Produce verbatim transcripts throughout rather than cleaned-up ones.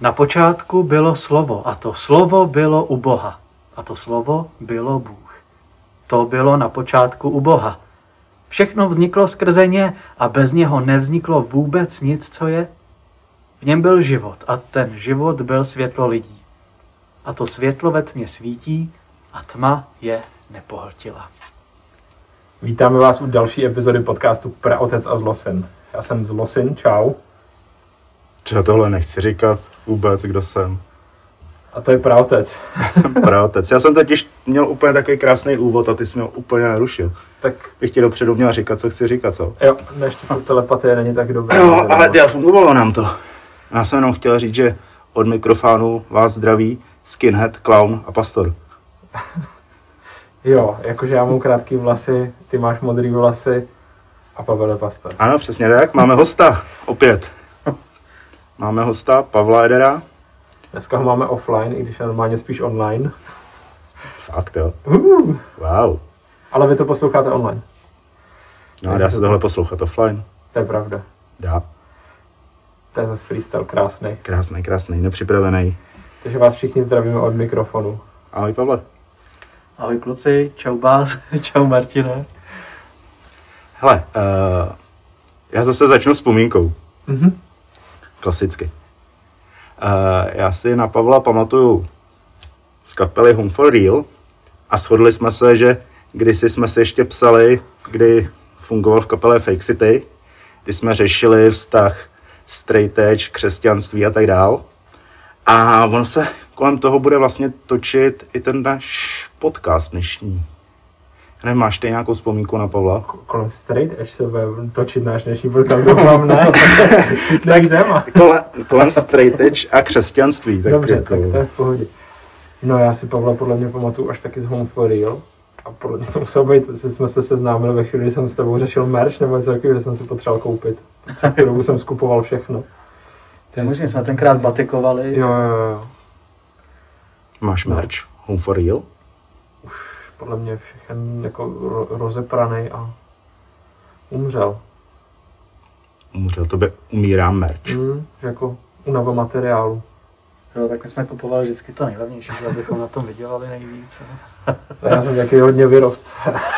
Na počátku bylo slovo a to slovo bylo u Boha a to slovo bylo Bůh. To bylo na počátku u Boha. Všechno vzniklo skrze ně a bez něho nevzniklo vůbec nic, co je. V něm byl život a ten život byl světlo lidí. A to světlo ve tmě svítí a tma je nepohltila. Vítáme vás u další epizody podcastu Praotec a Zlosin. Já jsem Zlosin, čau. Já tohle nechci říkat vůbec, kdo jsem. A to je Praotec. Jsem Praotec. Já jsem totiž měl úplně takový krásný úvod a ty jsi mě úplně narušil. Tak bych ti dopředu měl říkat, co chci říkat, co? Jo, no ještě to telepatie není tak dobré. Jo, ale já fungovalo nám to. Já jsem jenom chtěl říct, že od mikrofonu vás zdraví skinhead, clown a pastor. Jo, jakože já mám krátký vlasy, ty máš modrý vlasy a Pavel je pastor. Ano, přesně tak. Máme hosta, opět. Máme hosta Pavla Edera. Dneska ho máme offline, i když je normálně spíš online. Fakt, jo. Uh. Wow. Ale vy to posloucháte online. No, dá se tohle poslouchat offline. To je pravda. Dá. To je zase freestyle krásný. Krásný, krásný, nepřipravený. Takže vás všichni zdravíme od mikrofonu. Ahoj, Pavle. Ahoj kluci, čau Bás, čau Martine. Hele, uh, já zase začnu vzpomínkou. Mhm. Klasicky. Uh, já si na Pavla pamatuju z kapely Home for Real a shodli jsme se, že kdysi jsme se ještě psali, kdy fungoval v kapele Fake City, kdy jsme řešili vztah straight edge, křesťanství a tak dál. A ono se kolem toho bude vlastně točit i ten náš podcast dnešní. Nevím, máš ty nějakou vzpomínku na Pavla? Kolem straight edge se bude točit náš dnešní podcast, doufám, ne? Citlivý téma. Kolem, kolem straight edge a křesťanství. Tak dobře, jako... tak to je v pohodě. No já si Pavla podle mě pamatuju až taky z Home for Real. A podle mě to muselo být, že jsme se seznámili ve chvíli, kdy jsem s tebou řešil merch, nebo něco takového, že jsem si potřeboval koupit. V tu dobu jsem skupoval všechno. Možná jsme tenkrát batikovali. Jo, jo, jo. Máš merch Home for Real? Už podle mě všechen jako ro- rozepranej a umřel. Umřel, tobě umírá merch. Mm, jako únava materiálu. Jo, tak my jsme kupovali vždycky to nejlevnější, abychom na tom vydělali nejvíce. Já jsem nějaký hodně vyrost.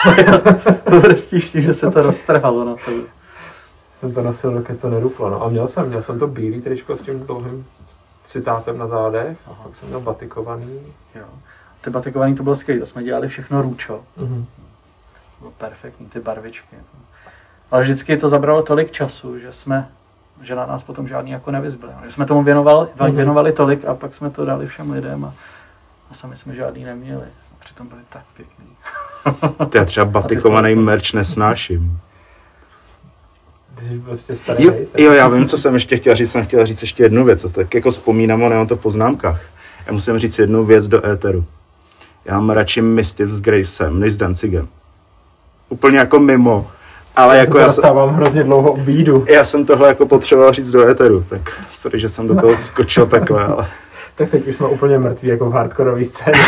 To bude spíš tím, že se to roztrhalo na to. Jsem to nosil, dokud to neduplo. No. A měl jsem, měl jsem to bílý tričko s tím dlouhým citátem na zádech. Aha. Pak jsem měl batikovaný. Jo. Ty batikovaný to bylo skvělé, to jsme dělali všechno růčo. Mm-hmm. Bylo perfektní, ty barvičky. Ale vždycky to zabralo tolik času, že jsme, že na nás potom žádný jako nevyzbyli. Že jsme tomu věnovali, mm-hmm. věnovali tolik a pak jsme to dali všem lidem a, a sami jsme žádný neměli. A přitom byli tak pěkný. Ty já třeba batikovaný merch nesnáším. Ty jsi prostě starý. Jo, jo, já vím, co jsem ještě chtěl říct. Jsem chtěl říct ještě jednu věc, co tak jako vzpomínám, ale nemám to v poznámkách. Já musím říct jednu věc do éteru. Já mám radši Misty s Gravesem, než s Danzigem. Úplně jako mimo. Ale já jako já já dostávám hrozně dlouho výjdu. Já jsem tohle jako potřeboval říct do éteru, tak sorry, že jsem do toho skočil takhle, ale... Tak teď už jsme úplně mrtví jako v hardcoreový scéně.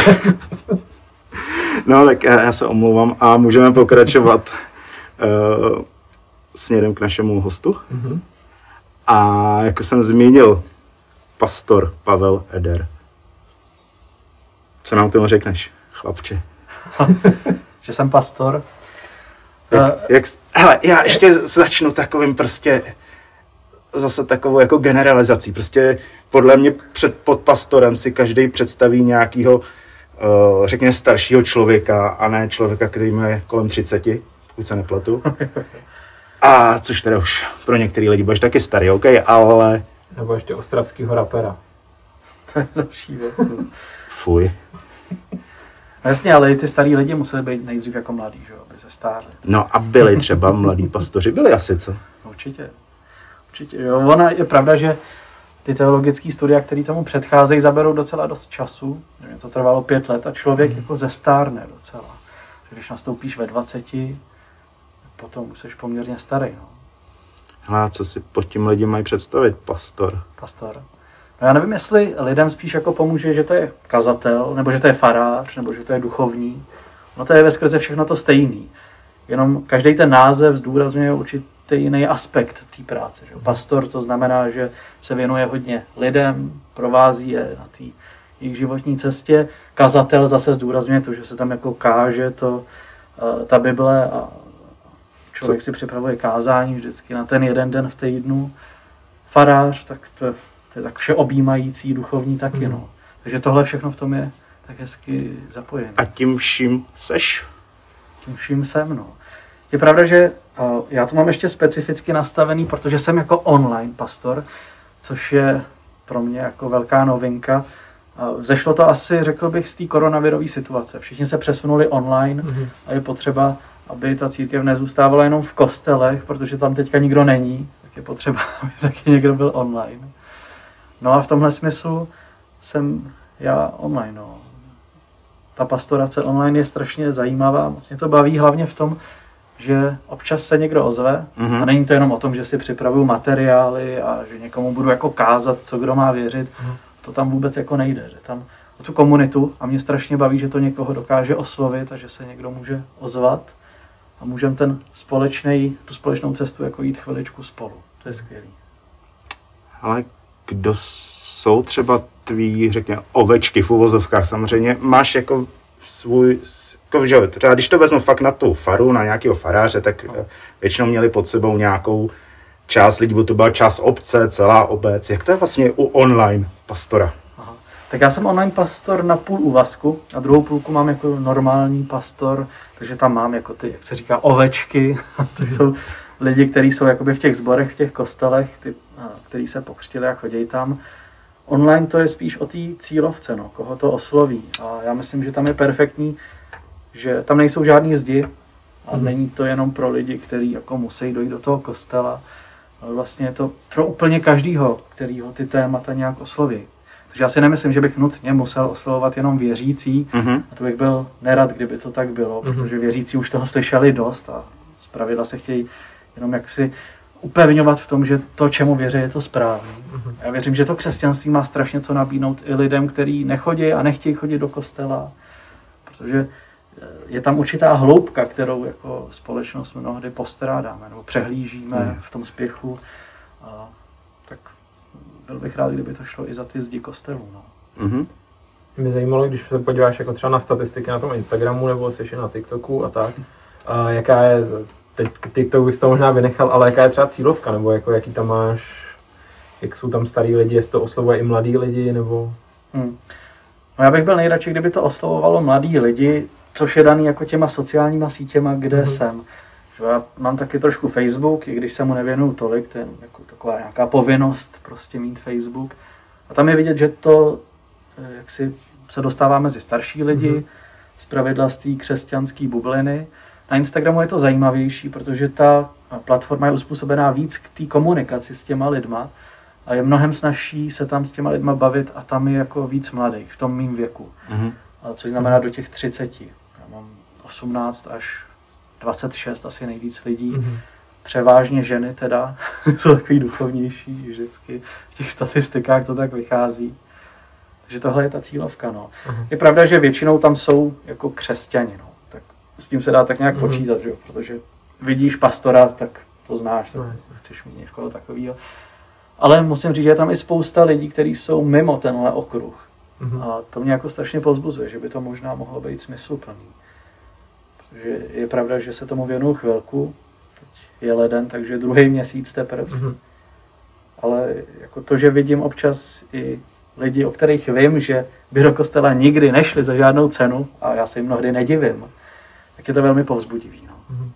No tak já, já se omlouvám a můžeme pokračovat uh, směrem k našemu hostu. Mm-hmm. A jako jsem zmínil, pastor Pavel Eder. Co nám k tomu řekneš, chlapče? Že jsem pastor. Jak, jak, hele, já ještě začnu takovým prostě zase takovou jako generalizací. Prostě podle mě před, pod pastorem si každý představí nějakýho, uh, řekněme, staršího člověka a ne člověka, který je kolem třiceti, pokud se nepletu. A což teda už pro některý lidi budeš taky starý, OK, ale... Nebo ještě ostravskýho rapera. To je další věc. Fuj. No jasně, ale i ty starý lidi museli být nejdřív jako mladí, že jo, aby se stárli. No a byli třeba mladí pastoři, byli asi, co? Určitě. Určitě, jo. Ona je pravda, že ty teologické studia, které tomu předcházejí, zaberou docela dost času. Mě to trvalo pět let a člověk mm. jako zestárne docela. Když nastoupíš ve dvaceti, potom už jsi poměrně starý, no. A co si pod tím lidi mají představit, pastor? Pastor. No já nevím, jestli lidem spíš jako pomůže, že to je kazatel, nebo že to je farář, nebo že to je duchovní. No to je veskrze všechno to stejný. Jenom každý ten název zdůrazňuje určitý stejný aspekt té práce. Že? Pastor to znamená, že se věnuje hodně lidem, provází je na té jejich životní cestě. Kazatel zase zdůrazňuje to, že se tam jako káže to, ta Bible a člověk si připravuje kázání vždycky na ten jeden den v týdnu. Farář, tak to, to je tak všeobjímající, duchovní taky. Mm. No. Takže tohle všechno v tom je tak hezky zapojené. A tím vším seš? Tím vším jsem, no. Je pravda, že uh, já to mám ještě specificky nastavený, protože jsem jako online pastor, což je pro mě jako velká novinka. Uh, vzešlo to asi, řekl bych, z té koronavirové situace. Všichni se přesunuli online mm-hmm. a je potřeba, aby ta církev nezůstávala jenom v kostelech, protože tam teďka nikdo není, tak je potřeba, aby taky někdo byl online. No a v tomhle smyslu jsem já online, no. Ta pastorace online je strašně zajímavá, moc mě to baví, hlavně v tom, že občas se někdo ozve mm-hmm. a není to jenom o tom, že si připravuju materiály a že někomu budu jako kázat, co kdo má věřit. Mm-hmm. To tam vůbec jako nejde, že tam o tu komunitu a mě strašně baví, že to někoho dokáže oslovit a že se někdo může ozvat a můžeme ten společný, tu společnou cestu jako jít chviličku spolu. To je skvělý. Ale kdo jsou třeba tvý, řekněme, ovečky v uvozovkách? Samozřejmě máš jako svůj, jako, že třeba když to vezmu fakt na tu faru, na nějakého faráře, tak no. většinou měli pod sebou nějakou část lidí, bo to byla část obce, celá obec. Jak to je vlastně u online pastora? Aha. Tak já jsem online pastor na půl úvazku a druhou půlku mám jako normální pastor, takže tam mám jako ty, jak se říká, ovečky. To jsou lidi, kteří jsou jakoby v těch sborech, v těch kostelech, ty, kteří se pokřtili a chodí tam. Online to je spíš o té cílovce, no, koho to osloví. A já myslím, že tam je perfektní, že tam nejsou žádný zdi a mm. není to jenom pro lidi, kteří jako musí dojít do toho kostela. Ale vlastně je to pro úplně každýho, kterýho ty témata nějak osloví. Takže já si nemyslím, že bych nutně musel oslovovat jenom věřící. Mm-hmm. A to bych byl nerad, kdyby to tak bylo, mm-hmm. protože věřící už toho slyšeli dost a zpravidla se chtějí jenom jaksi upevňovat v tom, že to, čemu věří, je to správný. Mm-hmm. Já věřím, že to křesťanství má strašně co nabídnout i lidem, kteří nechodí a nechtějí chodit do kostela, protože je tam určitá hloubka, kterou jako společnost mnohdy postrádáme nebo přehlížíme mm. v tom spěchu. A tak byl bych rád, kdyby to šlo i za ty zdi kostelů. No. Mm-hmm. Mě zajímalo, když se podíváš jako třeba na statistiky na tom Instagramu nebo jsi na TikToku a tak, a jaká je, teď TikTok bych to možná vynechal, ale jaká je třeba cílovka, nebo jako jaký tam máš, jak jsou tam starý lidi, jestli to oslovuje i mladí lidi, nebo... Hmm. No já bych byl nejradši, kdyby to oslovovalo mladí lidi, což je daný jako těma sociálníma sítěma, kde mm-hmm. jsem. Že já mám taky trošku Facebook, i když se mu nevěnuju tolik, to je jako taková nějaká povinnost prostě mít Facebook. A tam je vidět, že to jak si se dostává mezi starší lidi, mm-hmm. zpravidla z té křesťanské bubliny. Na Instagramu je to zajímavější, protože ta platforma je uspůsobená víc k té komunikaci s těma lidma a je mnohem snazší se tam s těma lidma bavit a tam je jako víc mladých v tom mým věku. Mm-hmm. A což znamená do těch třiceti. Já mám osmnáct až dvacet šest asi nejvíc lidí. Mm-hmm. Převážně ženy teda, jsou takový duchovnější vždycky. V těch statistikách to tak vychází. Takže tohle je ta cílovka. No. Mm-hmm. Je pravda, že většinou tam jsou jako křesťani. No. Tak s tím se dá tak nějak mm-hmm. počítat, že? Protože vidíš pastora, tak to znáš, tak mm-hmm. chceš mít někoho takového. Ale musím říct, že je tam i spousta lidí, kteří jsou mimo tenhle okruh. Mm-hmm. A to mě jako strašně povzbuzuje, že by to možná mohlo být smysluplný. Protože je pravda, že se tomu věnuju chvilku, teď je leden, takže druhý měsíc teprve. Mm-hmm. Ale jako to, že vidím občas i lidi, o kterých vím, že by do kostela nikdy nešli za žádnou cenu, a já se jim mnohdy nedivím, tak je to velmi povzbudivý. No. Mm-hmm.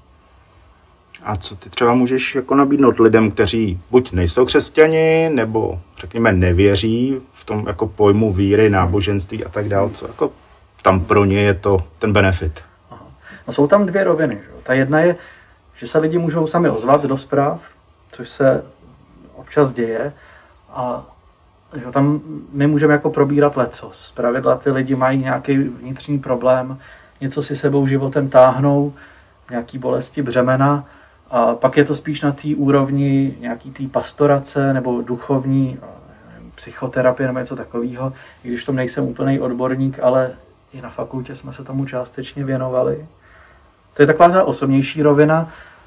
A co ty třeba můžeš jako nabídnout lidem, kteří buď nejsou křesťani, nebo řekněme nevěří v tom jako pojmu víry, náboženství a tak dále, co jako tam pro ně je to ten benefit? Aha. No jsou tam dvě roviny. Že? Ta jedna je, že se lidi můžou sami ozvat do zpráv, což se občas děje a že tam my můžeme jako probírat lecos. Zpravidla ty lidi mají nějaký vnitřní problém, něco si sebou životem táhnou, nějaký bolesti, břemena. A pak je to spíš na té úrovni nějaký té pastorace nebo duchovní psychoterapie nebo něco takového, i když tom nejsem úplný odborník, ale i na fakultě jsme se tomu částečně věnovali. To je taková ta osobnější rovina.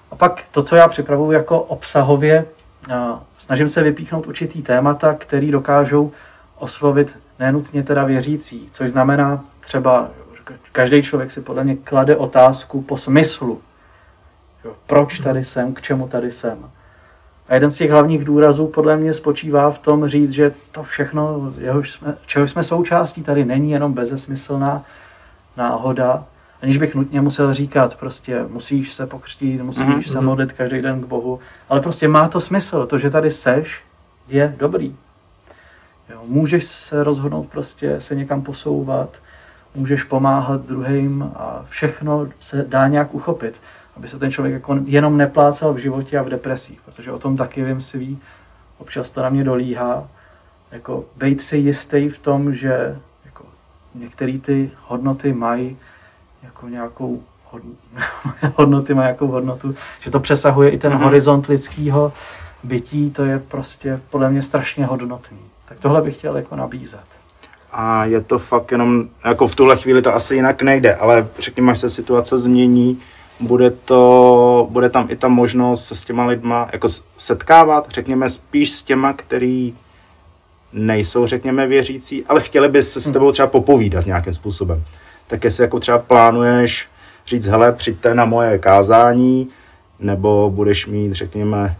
A pak to, co já připravuju jako obsahově, snažím se vypíchnout určitý témata, který dokážou oslovit nenutně teda věřící, což znamená třeba, každý člověk si podle mě klade otázku po smyslu. Jo, proč tady jsem, k čemu tady jsem. A jeden z těch hlavních důrazů podle mě spočívá v tom říct, že to všechno, jehož jsme, čeho jsme součástí, tady není jenom bezesmyslná náhoda, aniž bych nutně musel říkat, prostě musíš se pokřtít, musíš mm-hmm. se modlit každý den k Bohu, ale prostě má to smysl, to, že tady seš, je dobrý. Jo, můžeš se rozhodnout prostě se někam posouvat, můžeš pomáhat druhým a všechno se dá nějak uchopit, aby se ten člověk jako jenom neplácal v životě a v depresích, protože o tom taky vím svý, občas to na mě dolíhá, jako bejt si jistý v tom, že jako některé ty hodnoty mají jako nějakou hodnotu, hodnoty mají nějakou hodnotu, že to přesahuje i ten mm-hmm. horizont lidského bytí, to je prostě podle mě strašně hodnotný. Tak tohle bych chtěl jako nabízet. A je to fakt jenom, jako v tuhle chvíli to asi jinak nejde, ale řekněme, až se situace změní, bude to, bude tam i ta možnost se s těma lidma jako setkávat, řekněme spíš s těma, který nejsou, řekněme, věřící, ale chtěli by se s tebou třeba popovídat nějakým způsobem. Tak jestli jako třeba plánuješ říct, hele, přijďte na moje kázání, nebo budeš mít, řekněme,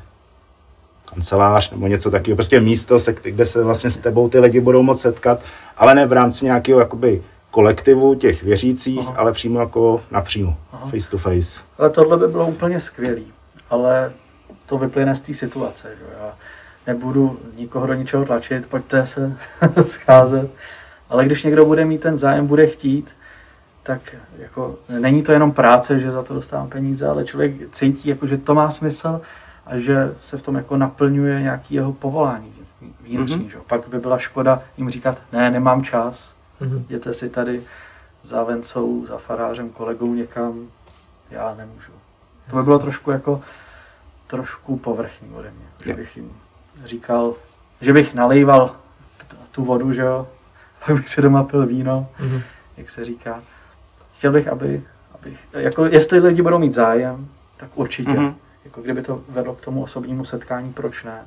kancelář nebo něco takového, prostě místo, se, kde se vlastně s tebou ty lidi budou moct setkat, ale ne v rámci nějakého jakoby kolektivu těch věřících, aha. ale přímo jako napřímo, aha. face to face. Ale tohle by bylo úplně skvělý, ale to vyplyne z té situace, že já nebudu nikoho do ničeho tlačit, pojďte se scházet, ale když někdo bude mít ten zájem, bude chtít, tak jako není to jenom práce, že za to dostávám peníze, ale člověk cítí, jako, že to má smysl a že se v tom jako naplňuje nějaký jeho povolání vnitřní. Mm-hmm. Pak by byla škoda jim říkat, ne, nemám čas, mm-hmm. jděte si tady za Vencou, za farářem, kolegou někam, já nemůžu. To by bylo trošku jako trošku povrchní ode mě, že bych jim říkal, že bych nalejval t- tu vodu, že jo, pak bych si doma pil víno, mm-hmm. jak se říká. Chtěl bych, aby, abych, jako jestli lidi budou mít zájem, tak určitě. Mm-hmm. Jako kdyby to vedlo k tomu osobnímu setkání, proč ne?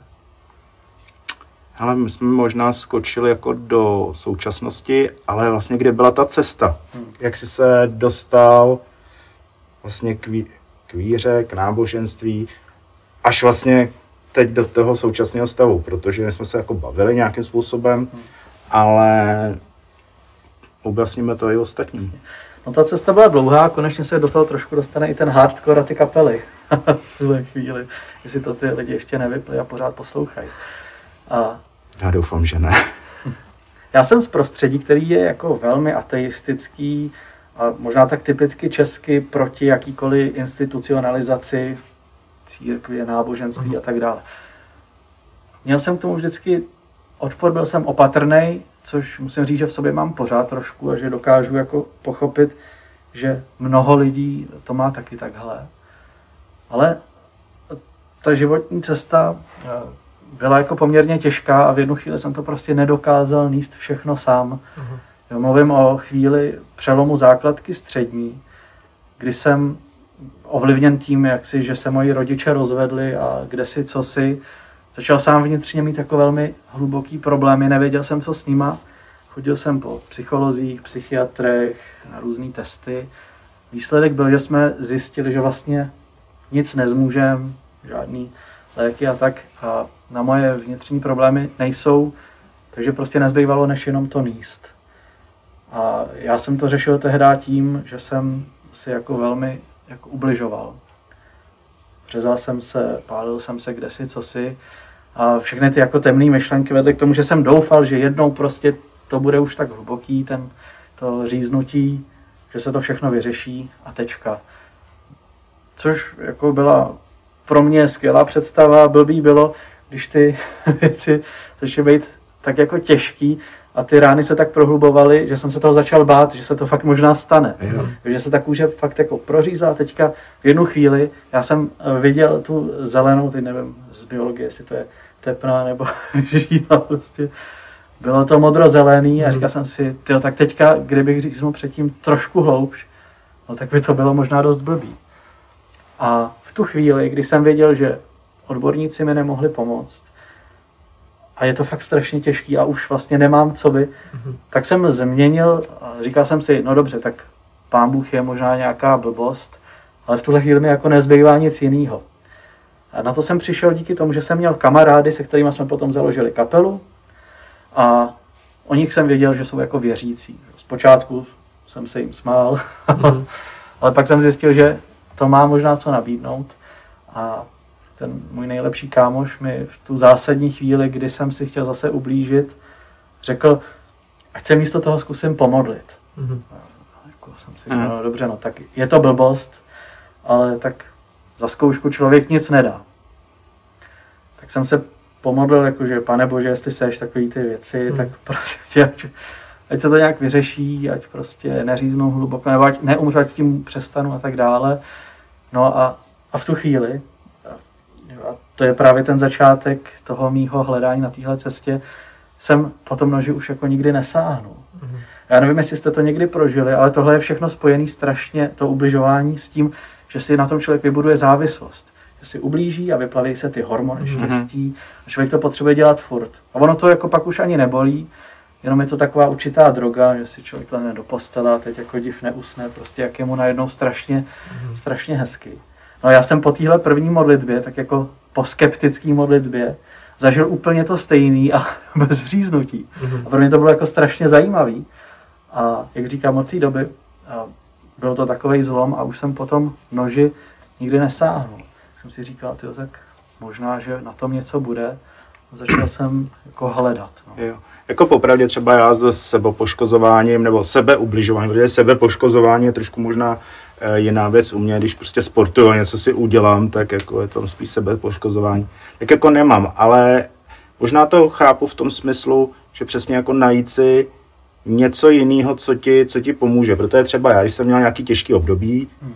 Ale my jsme možná skočili jako do současnosti, ale vlastně kde byla ta cesta? Hmm. Jak jsi se dostal vlastně k, ví, k víře, k náboženství, až vlastně teď do toho současného stavu, protože jsme se jako bavili nějakým způsobem, hmm. ale objasníme to i ostatním. No ta cesta byla dlouhá, konečně se do toho trošku dostane i ten hardcore a ty kapely. V tuhle chvíli, jestli to ty lidi ještě nevypli a pořád poslouchají. A já doufám, že ne. Já jsem z prostředí, který je jako velmi ateistický a možná tak typicky česky proti jakýkoliv institucionalizaci církve, náboženství a tak dále. Měl jsem k tomu vždycky odpor, byl jsem opatrnej, což musím říct, že v sobě mám pořád trošku a že dokážu jako pochopit, že mnoho lidí to má taky takhle. Ale ta životní cesta byla jako poměrně těžká a v jednu chvíli jsem to prostě nedokázal níst všechno sám. Uh-huh. Jo, mluvím o chvíli přelomu základky střední, kdy jsem ovlivněn tím, jak si, že se moji rodiče rozvedli a kde si, co si. Začal sám vnitřně mít jako velmi hluboký problémy, nevěděl jsem, co s nima. Chodil jsem po psycholozích, psychiatrech, na různý testy. Výsledek byl, že jsme zjistili, že vlastně nic nezmůžem, žádný léky a tak. A na moje vnitřní problémy nejsou, takže prostě nezbývalo, než jenom to níst. A já jsem to řešil tehdy tím, že jsem si jako velmi jako ubližoval. Řezal jsem se, pálil jsem se kdesi, cosi. A všechny ty jako temné myšlenky vedly k tomu, že jsem doufal, že jednou prostě to bude už tak hluboký, ten, to říznutí, že se to všechno vyřeší a tečka. Což jako byla pro mě skvělá představa, blbý bylo, když ty věci začaly být tak jako těžký a ty rány se tak prohlubovaly, že jsem se toho začal bát, že se to fakt možná stane. Jo. Že se ta kůže fakt jako prořízla. Teďka v jednu chvíli já jsem viděl tu zelenou, teď nevím z biologie, jestli to je tepna nebo žíla prostě. Bylo to modrozelený a říkal jsem si, tyjo, tak teďka, kdybych říznul předtím trošku hloubš, no tak by to bylo možná dost blbý. A v tu chvíli, kdy jsem věděl, že odborníci mi nemohli pomoct a je to fakt strašně těžký a už vlastně nemám co by, mm-hmm. tak jsem změnil, říkal jsem si, no dobře, tak Pán Bůh je možná nějaká blbost, ale v tuhle chvíli mi jako nezbývá nic jiného. A na to jsem přišel díky tomu, že jsem měl kamarády, se kterými jsme potom založili kapelu a o nich jsem věděl, že jsou jako věřící. Zpočátku jsem se jim smál, mm-hmm. ale pak jsem zjistil, že to má možná co nabídnout a ten můj nejlepší kámoš mi v tu zásadní chvíli, kdy jsem si chtěl zase ublížit, řekl, ať se místo toho zkusím pomodlit. Mm-hmm. Jako jsem si říkal, no dobře, no tak je to blbost, ale tak za zkoušku člověk nic nedá. Tak jsem se pomodlil, jakože Pane Bože, jestli seš takový ty věci, mm. tak prostě ať, ať se to nějak vyřeší, ať prostě neříznou hluboko, nebo ať neumřu, ať s tím přestanu a tak dále. No a, a v tu chvíli, a to je právě ten začátek toho mýho hledání na téhle cestě, jsem po tom noži už jako nikdy nesáhnul. Mm. Já nevím, jestli jste to někdy prožili, ale tohle je všechno spojené strašně, to ubližování s tím, že si na tom člověk vybuduje závislost. Že si ublíží a vyplaví se ty hormony štěstí a člověk to potřebuje dělat furt. A ono to jako pak už ani nebolí, jenom je to taková určitá droga, že si člověk lehne do postele a teď jako div neusne, prostě jak je mu najednou strašně, mm. strašně hezky. No já jsem po téhle první modlitbě, tak jako po skeptické modlitbě, zažil úplně to stejný a bez říznutí. Mm. A pro mě to bylo jako strašně zajímavý. A jak říkám, od té doby byl to takovej zlom a už jsem potom noži nikdy nesáhnul. Jsem si říkal, tyjo, tak možná, že na tom něco bude. Začal jsem jako hledat. No. Jo. Jako popravdě třeba já se sebepoškozováním nebo sebeubližováním, protože sebepoškozování je trošku možná e, jiná věc u mě, když prostě sportuju a něco si udělám, tak jako je tam spíš sebepoškozování. Tak jako nemám, ale možná to chápu v tom smyslu, že přesně jako najít si něco jiného, co ti, co ti pomůže. Protože třeba já, když jsem měl nějaký těžký období, hmm.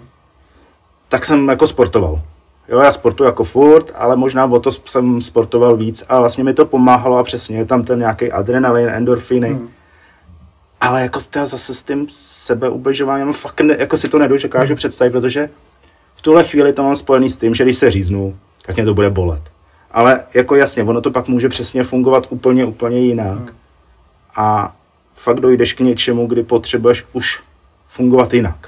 tak jsem jako sportoval. Jo, já sportuju jako furt, ale možná o to jsem sportoval víc a vlastně mi to pomáhalo a přesně je tam ten nějaký adrenalin, endorfiny. Hmm. Ale jako zase s tím sebeubližováním fakt ne, jako si to nedokážu hmm. představit, protože v tuhle chvíli to mám spojený s tím, že když se říznu, tak mě to bude bolet. Ale jako jasně, ono to pak může přesně fungovat úplně, úplně jinak. Hmm. A fakt dojdeš k něčemu, kdy potřebuješ už fungovat jinak.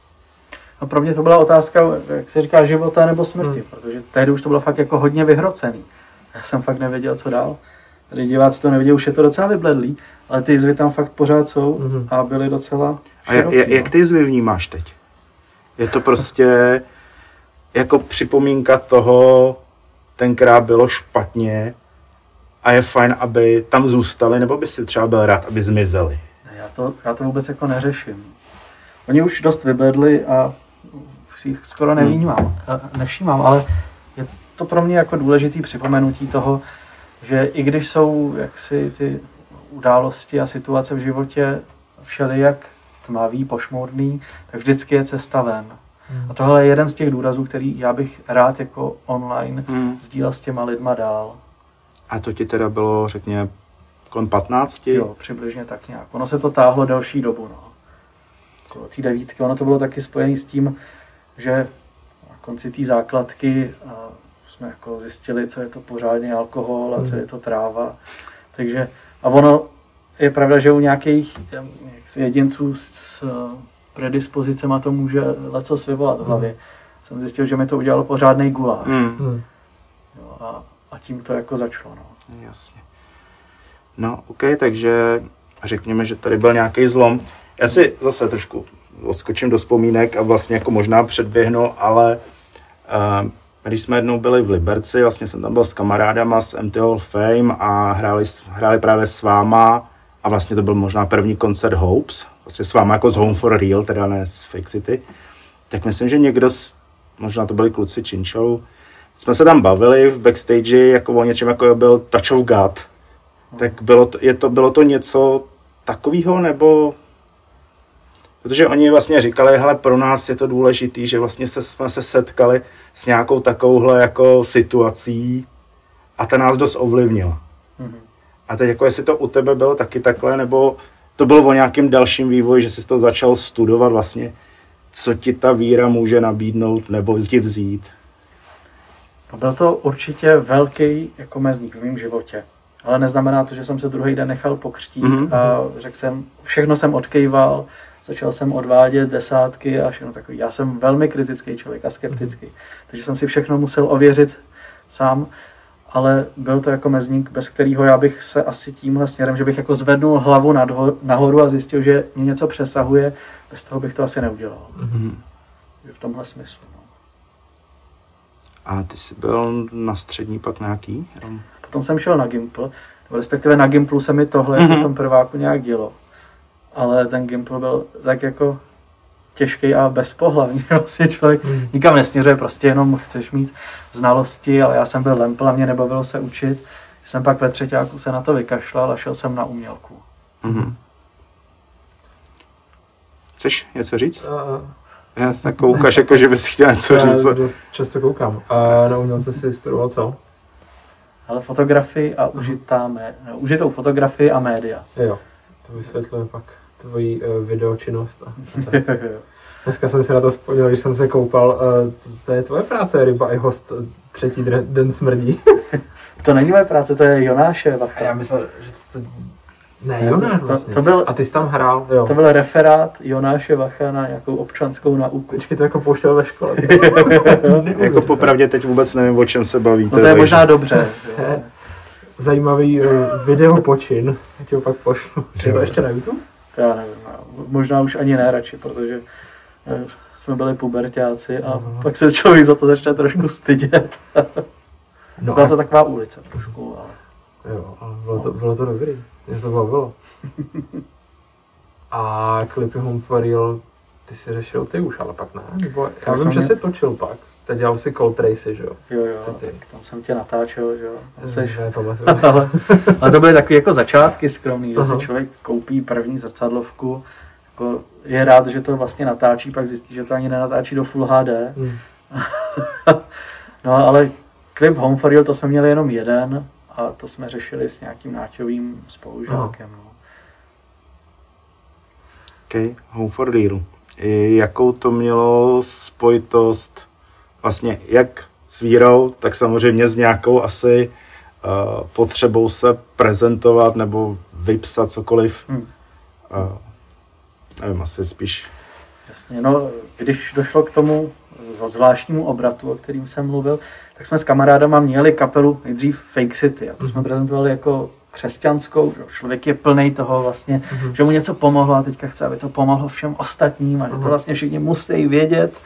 No pro mě to byla otázka, jak se říká, života nebo smrti, hmm. protože tehdy už to bylo fakt jako hodně vyhrocený. Já jsem fakt nevěděl, co dál. Tady diváci to nevěděli, už je to docela vybledlý, ale ty jizvy tam fakt pořád jsou hmm. a byly docela široký. A jak, jak ty jizvy vnímáš teď? Je to prostě jako připomínka toho, tenkrát bylo špatně a je fajn, aby tam zůstali, nebo by si třeba byl rád, aby zmizeli? Já to, já to vůbec jako neřeším. Oni už dost vybledli a už si jich skoro nevnímám, nevšímám, ale je to pro mě jako důležitý připomenutí toho, že i když jsou jaksi ty události a situace v životě všelijak tmavý, pošmoudný, tak vždycky je cesta ven. Hmm. A tohle je jeden z těch důrazů, který já bych rád jako online hmm. sdílel s těma lidma dál. A to ti teda bylo, řekněme, kolem patnácti? Jo, přibližně tak nějak. Ono se to táhlo delší dobu, no. Okolo té devítky. Ono to bylo taky spojené s tím, že na konci té základky uh, jsme jako zjistili, co je to pořádně alkohol a co je to tráva. Takže, a ono je pravda, že u nějakých jedinců s predispozicema to může lecos vyvolat v hlavě. Mm. Jsem zjistil, že mi to udělalo pořádnej guláš. Mm. Jo, a, a tím to jako začalo. No. Jasně. No, OK, takže řekněme, že tady byl nějaký zlom. Já si zase trošku odskočím do vzpomínek a vlastně jako možná předběhnu, ale uh, když jsme jednou byli v Liberci, vlastně jsem tam byl s kamarádama z M T Hall Fame a hráli, hráli právě s váma a vlastně to byl možná první koncert Hopes, vlastně s váma jako z Home for Real, teda ne z Fake City. Tak myslím, že někdo, z, možná to byli kluci Chinchou, jsme se tam bavili v backstage jako o něčem, jako byl Touch of God. Tak bylo to, je to, bylo to něco takového, nebo... Protože oni vlastně říkali, hele, pro nás je to důležitý, že vlastně se, jsme se setkali s nějakou takovouhle jako situací a ta nás dost ovlivnila. Mm-hmm. A teď jako jestli to u tebe bylo taky takhle, nebo to bylo o nějakým dalším vývoji, že jsi to začal studovat vlastně, co ti ta víra může nabídnout nebo ti vzít? Byl to určitě velký jako mezník v mém životě. Ale neznamená to, že jsem se druhý den nechal pokřtít mm-hmm. a řekl jsem, všechno jsem odkejval, začal jsem odvádět desátky a všechno takový. Já jsem velmi kritický člověk a skeptický, mm-hmm. takže jsem si všechno musel ověřit sám, ale byl to jako mezník, bez kterého já bych se asi tímhle směrem, že bych jako zvednul hlavu nahoru a zjistil, že mě něco přesahuje, bez toho bych to asi neudělal. Mm-hmm. V tomhle smyslu. No. A ty jsi byl na střední pak nějaký? Potom jsem šel na Gimpl, respektive na Gimplu se mi tohle mm-hmm. v tom prváku nějak dělo. Ale ten Gimpl byl tak jako těžký a bezpohlavní. Vlastně člověk mm. nikam nesměřuje, prostě jenom chceš mít znalosti, ale já jsem byl lempl a mě nebavilo se učit. Jsem pak ve třeťáku se na to vykašlal a šel jsem na umělku. Mm-hmm. Chceš něco říct? Uh, já tak koukáš, jako že bys chtěl něco já říct. Já dost často koukám. A na umělce si studoval co? Ale fotografii a užitá mé... no, užitou fotografii a média. Jo, to vysvětluje pak tvoji uh, videočinnost. A, a dneska jsem si na to vzpomněl, když jsem se koupal. Uh, to, to je tvoje práce, ryba i host, třetí den smrdí. To není moje práce, to je Jonáše Vacha. Já myslel, že to... to... Ne, Jonáš vlastně. To, to byl, a ty jsi tam hrál, jo. To byl referát Jonáše Vacha na nějakou občanskou nauku. Počkej, to jako pouštěl ve škole. Jako popravdě teď vůbec nevím, o čem se bavíte. No to je možná dobře. To je zajímavý uh, video počin. Já ti ho pak pošlu. Je to ještě na YouTube? To já nevím. Možná už ani ne radši, protože ne, jsme byli puberťáci a no. pak se člověk za to začne trošku stydět. No byla to taková ulice trošku, ale... Jo, ale bylo to, bylo to dobrý. Mě to bavilo. A klipy Home for Real, ty si řešil ty už, ale pak ne. Nebo, já vím, že jsi točil pak. Teď dělal si Cold Tracy, že jo? Jo, jo, tak tam jsem tě natáčel, že jo? Seš... ale, ale to byly takové jako začátky skromný, že uh-huh. si člověk koupí první zrcadlovku, jako je rád, že to vlastně natáčí, pak zjistí, že to ani nenatáčí do Full H D. Mm. No ale klip Home for Real, to jsme měli jenom jeden a to jsme řešili s nějakým náťovým spolužákem. No. OK, Home for Real. Jakou to mělo spojitost vlastně jak s vírou, tak samozřejmě s nějakou asi uh, potřebou se prezentovat nebo vypsat cokoliv. Hmm. Uh, nevím, asi spíš. Jasně, no, když došlo k tomu zvláštnímu obratu, o kterým jsem mluvil, tak jsme s kamarádama měli kapelu nejdřív Fake City a tu jsme prezentovali jako křesťanskou, že člověk je plnej toho vlastně, mm-hmm. že mu něco pomohlo a teďka chce, aby to pomohlo všem ostatním a že to vlastně všichni musí vědět,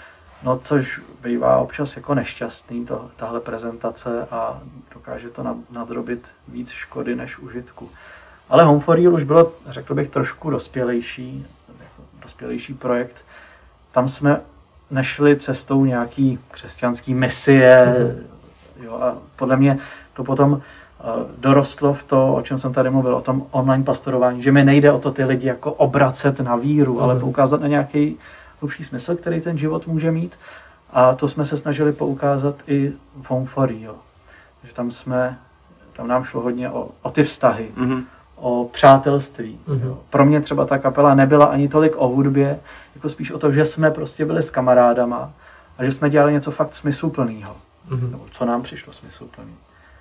no což bývá občas jako nešťastný to, tahle prezentace a dokáže to nadrobit víc škody než užitku. Ale Home for Real už bylo, řekl bych, trošku dospělejší, dospělejší projekt. Tam jsme nešli cestou nějaký křesťanský misie, mm. jo, a podle mě to potom uh, dorostlo v to, o čem jsem tady mluvil, o tom online pastorování, že mi nejde o to ty lidi jako obracet na víru, mm. ale poukázat na nějaký hlubší smysl, který ten život může mít. A to jsme se snažili poukázat i v Home for Real. Takže tam jsme, tam nám šlo hodně o, o ty vztahy, mm. o přátelství. Mm. Pro mě třeba ta kapela nebyla ani tolik o hudbě, jako spíš o to, že jsme prostě byli s kamarádama a že jsme dělali něco fakt smysluplného. Mm. Nebo co nám přišlo smysluplný.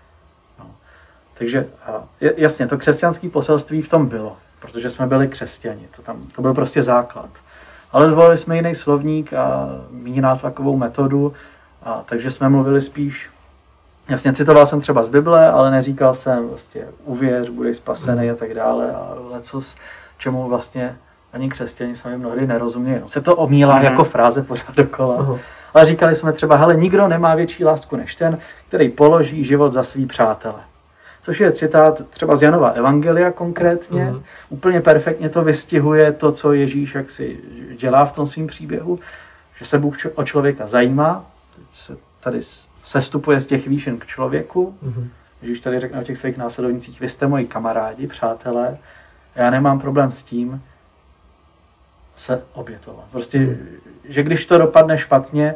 No. Takže a jasně, to křesťanské poselství v tom bylo, protože jsme byli křesťani. To, tam, to byl prostě základ. Ale zvolili jsme jiný slovník a méně nátlakovou metodu, a takže jsme mluvili spíš, jasně citoval jsem třeba z Bible, ale neříkal jsem prostě uvěř, budeš spasený a tak dále a lecos, čemu vlastně ani křesťani sami mnohdy nerozumějí. No, se to omílá mm. jako fráze pořád dokola. Uh-huh. Ale říkali jsme třeba, hele, nikdo nemá větší lásku než ten, který položí život za svý přátele. Což je citát třeba z Janova evangelia konkrétně. Mm. Úplně perfektně to vystihuje to, co Ježíš jaksi dělá v tom svým příběhu, že se Bůh o člověka zajímá, se tady sestupuje z těch výšin k člověku. Mm. Ježíš tady řekne o těch svých následovnících, vy jste moji kamarádi, přátelé, já nemám problém s tím se obětovat. Prostě, mm. že když to dopadne špatně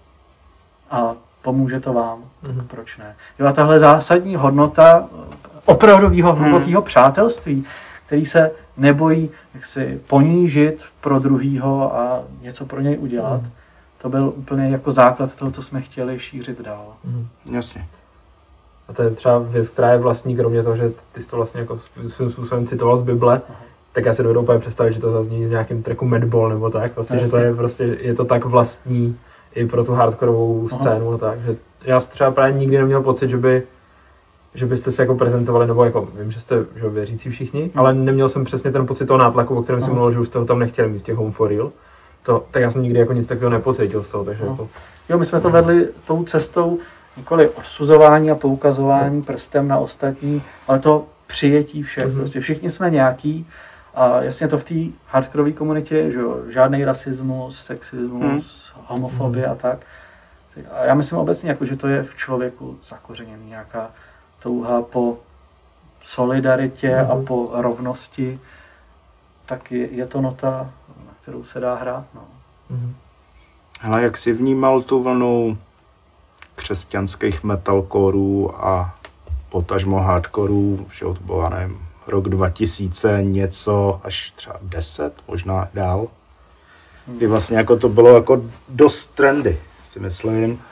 a pomůže to vám, mm. tak proč ne? Jo, a tahle zásadní hodnota opravdového hlubokého mm. přátelství, který se nebojí jak si ponížit pro druhýho a něco pro něj udělat, mm. to byl úplně jako základ toho, co jsme chtěli šířit dál. Mm. Jasně. A to je třeba věc, která je vlastní, kromě toho, že ty jsi to vlastně jako svým způsobem citoval z Bible, aha. tak já si dovedu úplně představit, že to zazní z nějakým tracku Madball nebo tak, vlastně, že to je prostě, je to tak vlastní i pro tu hardkorovou scénu a tak, že já třeba právě nikdy neměl pocit, že by že byste se jako prezentovali, nebo jako vím, že jste že věřící všichni, hmm. ale neměl jsem přesně ten pocit toho nátlaku, o kterém jsem mluvil, že už jste ho tam nechtěli mít v těch Home for Real. To, tak já jsem nikdy jako nic takového nepocítil z toho, takže no. jako... Jo, my jsme to vedli tou cestou nikoli odsuzování a poukazování no. prstem na ostatní, ale to přijetí všech. Mm-hmm. Prostě všichni jsme nějaký a jasně to v té hardkorové komunitě, že jo, žádný rasismus, sexismus, mm. homofobie mm. a tak. A já myslím obecně, jako, že to je v člověku zakořeněný nějaká touha po solidaritě mm. a po rovnosti, tak je, je to nota, na kterou se dá hrát. No. Mm. Hele, jak jsi vnímal tu vlnu křesťanských metalcoreů a potažmo hardcoreů, že to bylo, nevím, rok dva tisíce, něco až třeba deset, možná dál, kdy vlastně jako to bylo jako dost trendy, si myslím.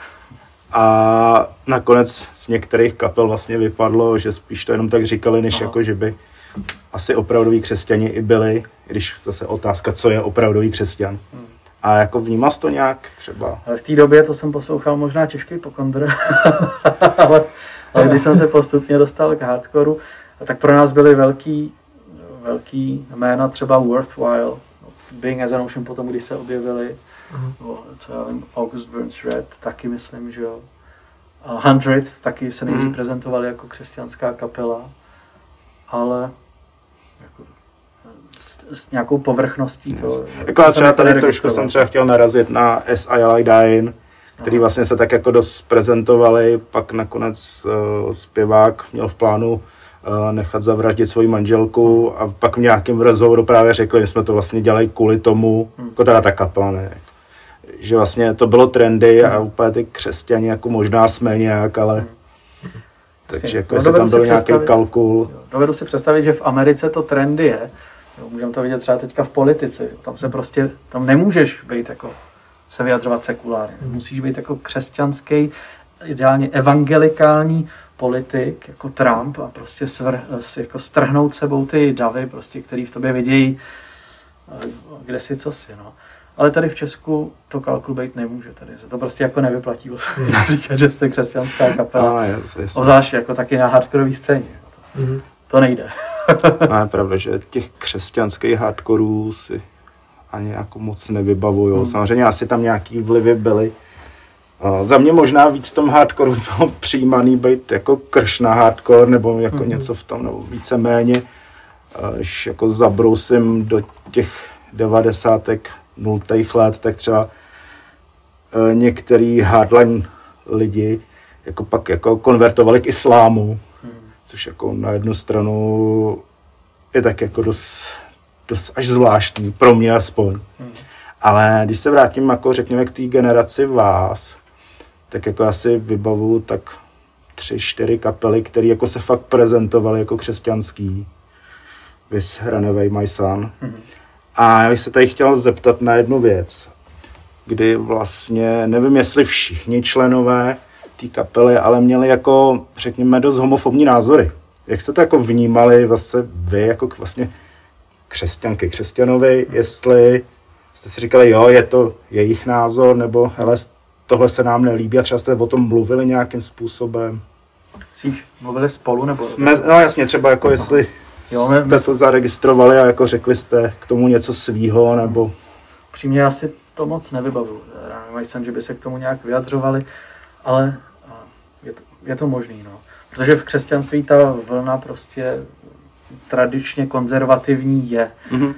A nakonec z některých kapel vlastně vypadlo, že spíš to jenom tak říkali, než Aha. jako, že by asi opravdoví křesťani i byli, když zase otázka, co je opravdový křesťan. Hmm. A jako vnímal jsi to nějak třeba? Ale v té době to jsem poslouchal možná těžký pokondr, ale, ale když jsem se postupně dostal k hardcoreu, tak pro nás byly velký, velký jména, třeba Worthwhile, Being as an Ocean potom, když se objevili, uh-huh. co já vím, August Burns Red, taky myslím, že jo. A Hundred taky se nejdřív uh-huh. prezentovali jako křesťanská kapela, ale jako s, s nějakou povrchností yes. to... Jako já třeba tady trošku jsem třeba chtěl narazit na S I Like Dying, který vlastně se tak jako dost prezentovali, pak nakonec uh, zpěvák měl v plánu uh, nechat zavraždit svoji manželku a pak v nějakém rozhovoru právě řekli, že jsme to vlastně dělali kvůli tomu, hmm. jako teda ta kapela, ne, že vlastně to bylo trendy a úplně ty křesťani jako možná jsme nějak, ale hmm. takže jako no, jestli tam byl nějaký kalkul. Dovedu si představit, že v Americe to trendy je, jo, můžeme to vidět třeba teďka v politice, tam se prostě, tam nemůžeš být jako se vyjadřovat sekulárně. Musíš být jako křesťanský, ideálně evangelikální politik, jako Trump a prostě svr, jako strhnout sebou ty davy, prostě, který v tobě vidějí kde si, co si. No. Ale tady v Česku to kalkul být nemůže. Tady se to prostě jako nevyplatí říkat, že jste křesťanská kapela. Obzvlášť jako taky na hardkorové scéně. To, mm-hmm. to nejde. No, je pravda, že těch křesťanských hardkorů si ani jako moc nevybavuju. Hmm. Samozřejmě asi tam nějaký vlivy byly. Uh, za mě možná víc v tom hardcore bylo přijímaný být jako krš na hardcore, nebo jako hmm. něco v tom, nebo víceméně. Když uh, jako zabrousím do těch devadesátek, nultých let, tak třeba uh, některý hardline lidi jako pak jako konvertovali k islámu, hmm. což jako na jednu stranu je tak jako dost dost až zvláštní, pro mě aspoň. Hmm. Ale když se vrátím jako řekněme k té generaci vás, tak jako asi vybavuju tak tři, čtyři kapely, které jako se fakt prezentovaly jako křesťanský. Vis Runaway My Son. Hmm. A já bych se tady chtěl zeptat na jednu věc, kdy vlastně, nevím jestli všichni členové té kapely, ale měli jako, řekněme, dost homofobní názory. Jak jste to jako vnímali vlastně vy, jako vlastně křesťanky, křesťanovi, jestli jste si říkali, jo, je to jejich názor, nebo hele, tohle se nám nelíbí a třeba jste o tom mluvili nějakým způsobem. Myslíš, mluvili spolu, nebo? Me, no jasně, třeba jako jestli jo, jste my... to zaregistrovali a jako řekli jste k tomu něco svýho, nebo... Přímě já si to moc nevybavuju. Já jsem, že by se k tomu nějak vyjadřovali, ale je to, je to možný, no. Protože v křesťanství ta vlna prostě tradičně konzervativní je. Mm-hmm.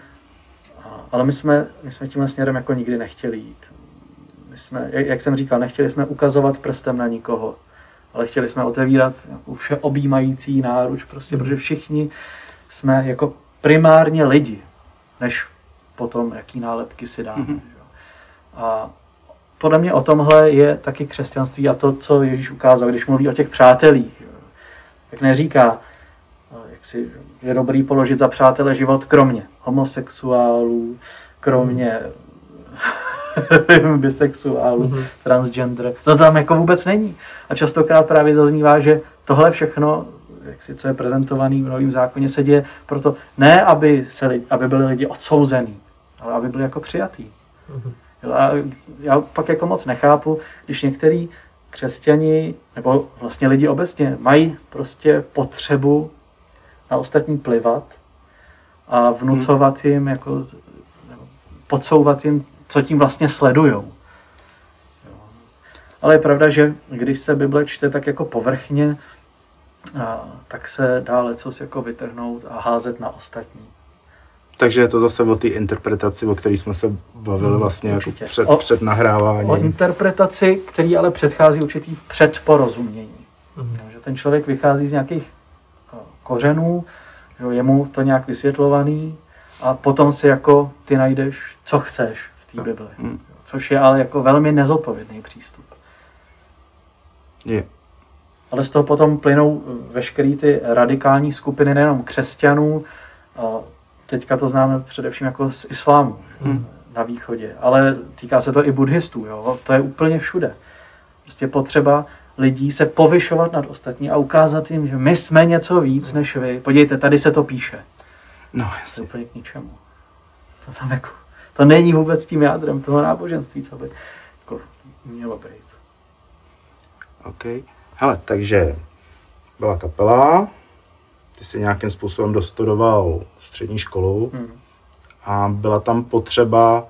Ale my jsme, my jsme tímhle směrem jako nikdy nechtěli jít. My jsme, jak jsem říkal, nechtěli jsme ukazovat prstem na nikoho, ale chtěli jsme otevírat všeobjímající náruč, prostě, mm-hmm. protože všichni jsme jako primárně lidi, než potom, jaký nálepky si dáme. Mm-hmm. A podle mě o tomhle je taky křesťanství a to, co Ježíš ukázal, když mluví o těch přátelích. Tak neříká, jak si, že je dobrý položit za přátele život kromě homosexuálů, kromě bisexuálů, mm-hmm. transgender. To tam jako vůbec není. A častokrát právě zaznívá, že tohle všechno, jak si, co je prezentovaný v Novém zákoně, se děje proto ne, aby, se, aby byli lidi odsouzený, ale aby byli jako přijatý. Mm-hmm. A já pak jako moc nechápu, když některý křesťani, nebo vlastně lidi obecně, mají prostě potřebu na ostatní plivat a vnucovat jim, jako, podsouvat jim, co tím vlastně sledujou. Ale je pravda, že když se Bible čte tak jako povrchně, a, tak se dá lecos jako vytrhnout a házet na ostatní. Takže je to zase o té interpretaci, o které jsme se bavili vlastně jako před, o, před nahráváním. O interpretaci, který ale předchází určitý předporozumění. Mm. Že ten člověk vychází z nějakých kořenů, že je mu to nějak vysvětlovaný a potom si jako ty najdeš, co chceš v té Bibli. Mm. Což je ale jako velmi nezodpovědný přístup. Je. Ale z toho potom plynou veškeré ty radikální skupiny nejenom křesťanů, a teďka to známe především jako z islámu hmm. na východě, ale týká se to i buddhistů, jo? To je úplně všude. Prostě potřeba lidí se povyšovat nad ostatní a ukázat jim, že my jsme něco víc než vy. Podívejte, tady se to píše. No, jasně. To je úplně k ničemu. To, tam jako, to není vůbec tím jádrem toho náboženství, co by jako mělo být. OK. Hele, takže byla kapela, ty jsi nějakým způsobem dostudoval střední školu hmm. a byla tam potřeba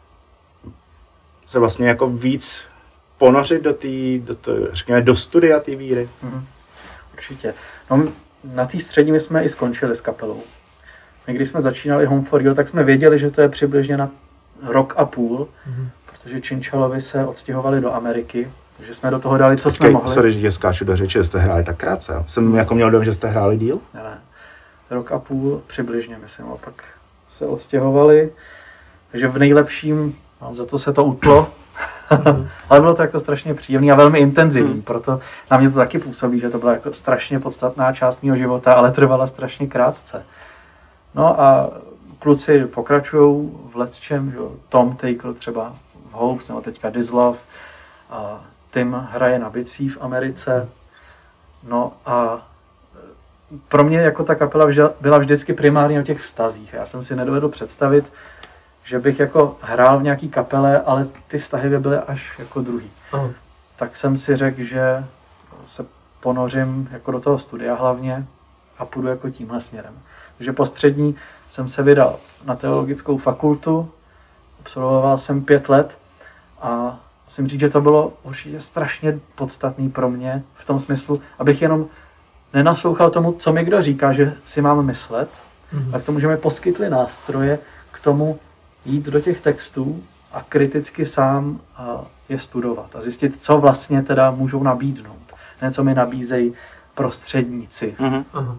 se vlastně jako víc ponořit do té, do to, řekněme, do studia té víry. Hmm. Určitě. No, na té střední my jsme i skončili s kapelou. My když jsme začínali Home for You, tak jsme věděli, že to je přibližně na rok a půl, hmm. protože Činčalovi se odstěhovali do Ameriky. Takže jsme do toho dali, co Počkej, jsme mohli. Sorry, že skáču do řeči, že jste hráli tak krátce. Jsem jako měl dojem, že jste hráli díl? Ne, ne. Rok a půl přibližně, myslím. A pak se odstěhovali. Takže v nejlepším, no, za to se to utlo. Ale bylo to jako strašně příjemný a velmi intenzivní. Hmm. Proto na mě to taky působí, že to byla jako strašně podstatná část mého života, ale trvala strašně krátce. No a kluci pokračují v lecčem, že Tom Takel třeba v Hopes, nebo teďka Dislov. A Tim hraje na bicí v Americe. No a pro mě jako ta kapela byla vždycky primárně o těch vztazích. Já jsem si nedovedl představit, že bych jako hrál v nějaký kapele, ale ty vztahy by byly až jako druhý. Aha. Tak jsem si řekl, že se ponořím jako do toho studia hlavně a půjdu jako tímhle směrem. Takže po střední jsem se vydal na teologickou fakultu, absolvoval jsem pět let a musím říct, že to bylo určitě strašně podstatný pro mě v tom smyslu, abych jenom nenaslouchal tomu, co mi kdo říká, že si mám myslet, mm-hmm. a k tomu, že mi poskytli nástroje k tomu jít do těch textů a kriticky sám je studovat a zjistit, co vlastně teda můžou nabídnout. Ne, co mi nabízejí prostředníci. Mm-hmm. Uh-huh.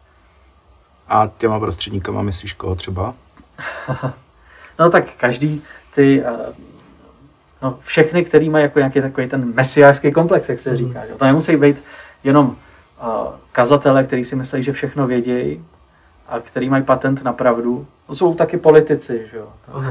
A těma prostředníkama myslíš koho třeba? No tak každý ty... No, všechny, který mají jako nějaký takový ten mesiářský komplex, jak se říká. Že? To nemusí být jenom uh, kazatele, který si myslí, že všechno vědějí a který mají patent na pravdu. To jsou taky politici. Že jo?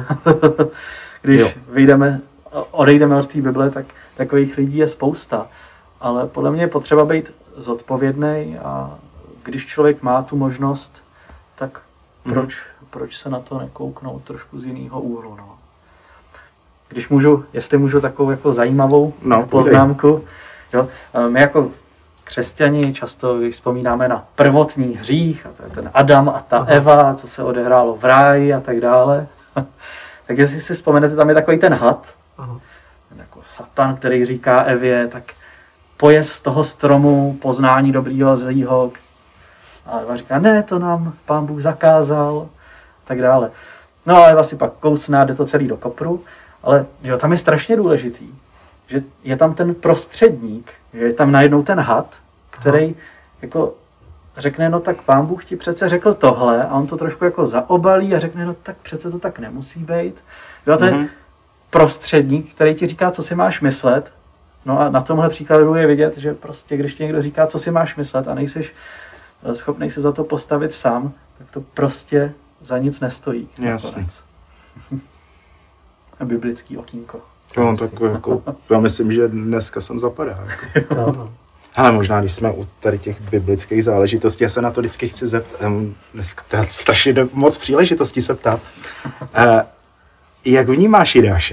Když jo. vyjdeme, odejdeme od té Bible, tak takových lidí je spousta. Ale podle mě je potřeba být zodpovědný a když člověk má tu možnost, tak proč, mm. proč se na to nekouknout trošku z jiného úhlu. No? Když můžu, jestli můžu takovou jako zajímavou no, poznámku. Jo, my jako křesťani často vzpomínáme na prvotní hřích, a to je ten Adam a ta Aha. Eva, co se odehrálo v ráji a tak dále. Tak jestli si vzpomenete, tam je takový ten had, Aha. jako Satan, který říká Evě, tak pojez z toho stromu poznání dobrýho a zlýho. A Eva říká, ne, to nám Pán Bůh zakázal, tak dále. No a Eva si pak kousná, jde to celý do kopru. Ale jo, tam je strašně důležitý, že je tam ten prostředník, že je tam najednou ten had, který Aha. jako řekne, no tak Pán Bůh ti přece řekl tohle a on to trošku jako zaobalí a řekne, no tak přece to tak nemusí být. Jo, to je mm-hmm. prostředník, který ti říká, co si máš myslet. No a na tomhle příkladu je vidět, že prostě když ti někdo říká, co si máš myslet a nejseš schopnej se za to postavit sám, tak to prostě za nic nestojí. Jasně. biblický okýnko. No, tak jako, já myslím, že dneska jsem zapadá. Jako. No, no. Ale možná, když jsme u tady těch biblických záležitostí, já se na to vždycky chci zeptat, dneska to je strašně moc příležitostí se ptát. Uh, jak vnímáš Jidáše?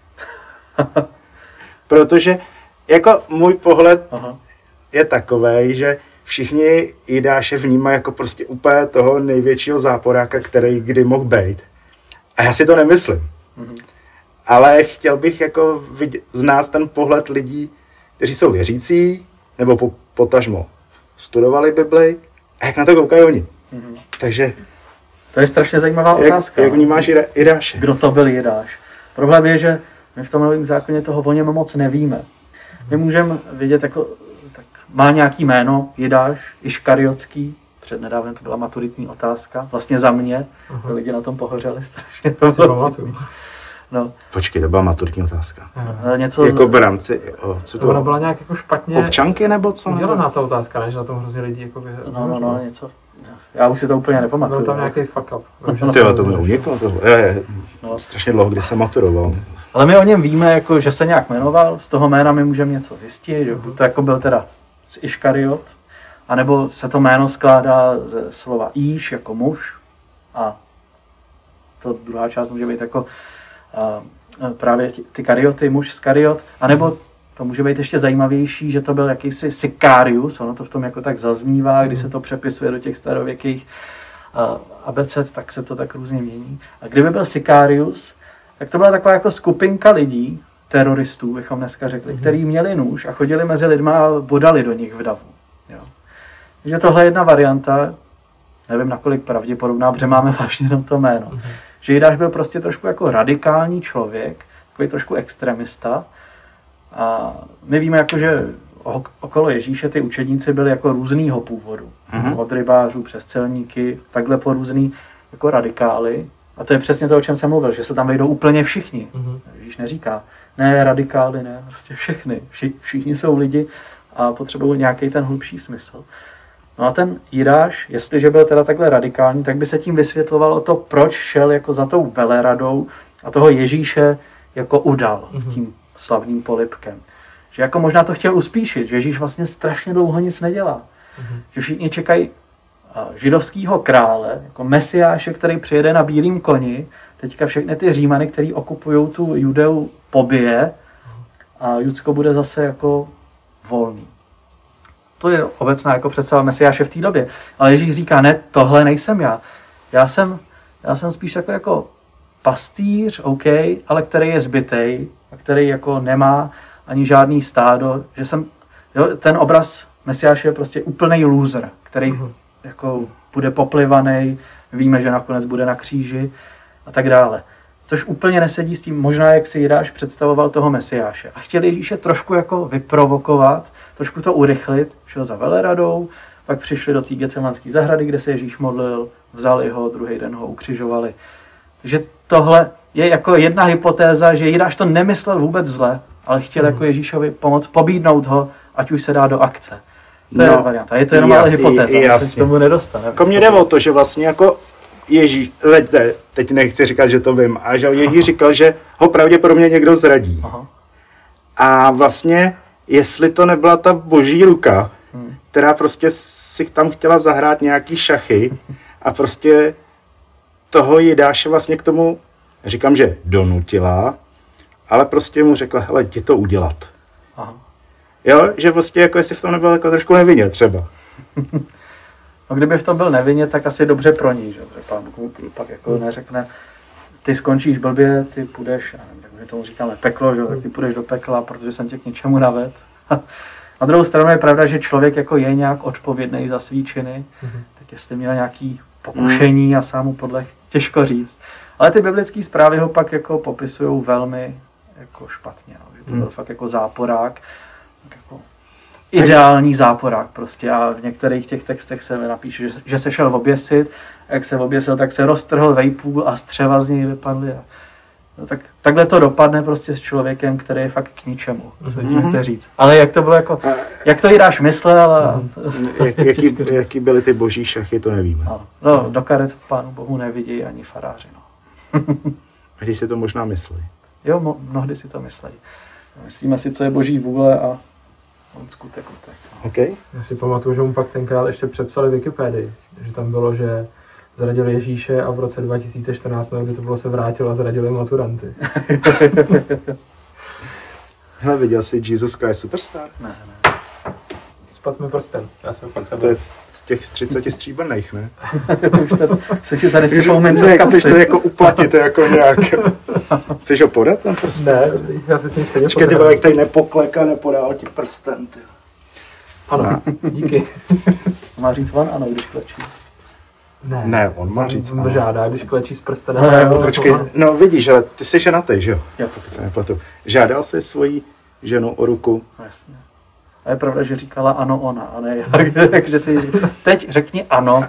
Protože jako můj pohled Aha. je takovej, že všichni Jidáše vnímají jako prostě úplně toho největšího záporáka, který kdy mohl být. A já si to nemyslím. Mm-hmm. Ale chtěl bych jako vidět, znát ten pohled lidí, kteří jsou věřící, nebo po, potažmo studovali Bibli, a jak na to koukají oni. Mm-hmm. Takže... To je strašně zajímavá otázka. Jak, jak vnímáš Jidáše? Kdo to byl Jidáš? Problém je, že my v tom Novém zákoně toho o něm moc nevíme. My můžeme vědět, jako, tak má nějaký jméno, Jidáš, Iškariotský, před nedávnem to byla maturitní otázka, vlastně za mě, uh-huh. lidi na tom pohořeli strašně. No. Počkej, to byla maturitní otázka. Uh-huh. Něco... Jako v rámci, o, co to Ona byla nějak jako špatně... Občanky nebo co? Udělaná ta otázka, ne? Že na tom hrozně lidi jako... Vy... No, no, no, něco... Já už si to úplně nepamatuju. Byl tam nějaký fuck up. Tyjo, to mi uniklo. To je, je no. strašně dlouho, kdy jsem maturoval. Ale my o něm víme, jako, že se nějak jmenoval, z toho jména my můžeme něco zjistit, že to jako byl teda z Iškariot, anebo se to jméno skládá ze slova Íš jako muž a to druhá část může být jako uh, právě ty karioty, muž z Kariot, anebo to může být ještě zajímavější, že to byl jakýsi Sicarius, ono to v tom jako tak zaznívá, když se to přepisuje do těch starověkých uh, abeced, tak se to tak různě mění. A kdyby byl Sicarius, tak to byla taková jako skupinka lidí, teroristů, bychom dneska řekli, mm-hmm. kteří měli nůž a chodili mezi lidma a bodali do nich v davu. Jo. Takže tohle je jedna varianta, nevím nakolik pravděpodobná, protože máme vážně jenom to jméno. Mm-hmm. Že Jidáš byl prostě trošku jako radikální člověk, takový trošku extremista. A my víme, jako, že okolo Ježíše ty učedníci byli jako různýho původu. Mm-hmm. Od rybářů přes celníky, takhle po různý jako radikály. A to je přesně to, o čem jsem mluvil, že se tam vejdou úplně všichni. Mm-hmm. Ježíš neříká, ne radikály, ne, prostě všechny. Vši, všichni jsou lidi a potřebují nějaký ten hlubší smysl. No a ten Jidáš, jestliže byl teda takhle radikální, tak by se tím vysvětlovalo to, proč šel jako za tou veleradou a toho Ježíše jako udal mm-hmm. tím slavným polibkem. Že jako možná to chtěl uspíšit, že Ježíš vlastně strašně dlouho nic nedělá. Mm-hmm. Že všichni čekají židovského krále, jako mesiáše, který přijede na bílém koni, teďka všechny ty Římany, který okupují tu Judeu, pobije a Judsko bude zase jako volný. To je obecná jako představa mesiáše v té době. Ale Ježíš říká, ne, tohle nejsem já. Já jsem, já jsem spíš takový jako pastýř, OK, ale který je zbytej a který jako nemá ani žádný stádo. Že jsem, jo, ten obraz mesiáše je prostě úplnej loser, který uh-huh. jako bude poplivaný, víme, že nakonec bude na kříži a tak dále. Což úplně nesedí s tím, možná jak si Jidáš představoval toho mesiáše. A chtěl Ježíše trošku jako vyprovokovat, trošku to urychlit, šel za veleradou, pak přišli do té Getsemanské zahrady, kde se Ježíš modlil, vzali ho, druhý den ho ukřižovali. Takže tohle je jako jedna hypotéza, že Jidáš to nemyslel vůbec zle, ale chtěl mm. jako Ježíšovi pomoct pobídnout ho, ať už se dá do akce. To no, je varianta. Je to jenom ale hypotéza, my se k tomu nedostaneme. Jako mě jde o to, že vlastně jako Ježíš, teď nechci říkat, že to vím, a že Ježíš říkal, že ho pravděpodobně někdo zradí. Aha. A vlastně, jestli to nebyla ta boží ruka, hmm. která prostě si tam chtěla zahrát nějaký šachy a prostě toho Jidáše vlastně k tomu, říkám, že donutila, ale prostě mu řekla, hele, jdi to udělat. Aha. Jo, že prostě jako jestli v tom nebyl jako trošku nevinně třeba. No kdyby v tom byl nevinně, tak asi dobře pro ní, že pán Bůh pak jako neřekne, ty skončíš blbě, ty půjdeš, já nevím, tak my tomu říkáme peklo, že tak ty půjdeš do pekla, protože jsem tě k něčemu naved. Na druhou stranu je pravda, že člověk jako je nějak odpovědný za svý činy, mm-hmm. tak jestli měl nějaký pokušení a sám mu podle těžko říct. Ale ty biblické zprávy ho pak jako popisují velmi jako špatně, no, že to byl mm. fakt jako záporák, jako ideální záporák prostě a v některých těch textech se napíše, že, že se šel oběsit, a jak se oběsil, tak se roztrhl vejpůl a střeva z něj vypadly. A, no, tak, takhle to dopadne prostě s člověkem, který je fakt k ničemu, co mm-hmm. chce říct. Ale jak to bylo jako, jak to Jidáš myslel a... jak, jaký, jaký byly ty boží šachy, to nevíme. No, no do karet Pánu Bohu nevidí ani faráři. No. A když si to možná myslí. Jo, mo- mnohdy si to myslejí. Myslíme si, co je boží vůle a on skutek utek. Okay. Já si pamatuju, že mu pak tenkrát ještě přepsali Wikipedii, že tam bylo, že zradili Ježíše a v roce dva tisíce čtrnáct, kdy to bylo, se vrátilo a zradili maturanty. Hele, viděl jsi Jesus Christ Superstar? Ne, ne. Spat mi prsten. Já jsem pak To je z těch z třiceti stříbrných, ne? Už tady, se si tady sypou mince z Ne, kapsy. chceš to jako uplatit, jako nějak... Chceš ho podat ten prsten? Ne, já si s ním stejně Počkej, ty pozdravím. vole, jak tady nepokleka, nepodával ti prsten, ty. Ano, díky. Má říct on, ano, když klečí. Ne, Ne, on má říct, on ano. žádá, když klečí s prstenem. Ne, jo, Počkej, no vidíš, ale ty jsi ženatý, že jo? Jo, Pokud se nepletu. Žádal jsi svoji ženu o ruku? no jasně. A je pravda, že říkala ano ona, a ne jak, takže si říká, teď řekni ano.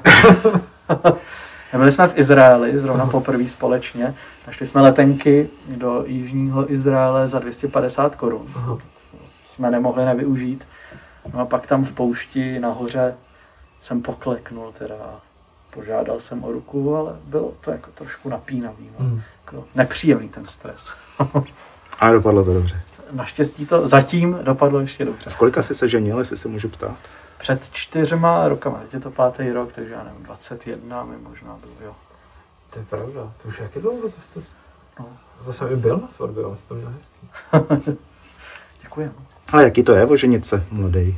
Byli jsme v Izraeli, zrovna poprvé společně. Našli jsme letenky do jižního Izraele za dvě stě padesát korun. Aha. Jsme nemohli nevyužít. No a pak tam v poušti nahoře jsem pokleknul teda. Požádal jsem o ruku, ale bylo to jako trošku napínavý. No. Hmm. Jako nepříjemný ten stres. A dopadlo to dobře. Naštěstí to zatím dopadlo ještě dobře. V kolika jsi se ženil, jestli se můžu ptát? Před čtyřma rokama, teď je to pátý rok, takže já nevím, dvacet jedna mi možná byl, jo. To je pravda, to už jak je dlouho, co jste... No. To jsem i byl na svatbě, on to měl hezký. Děkuji. Ale jaký to je, oženit se mladý?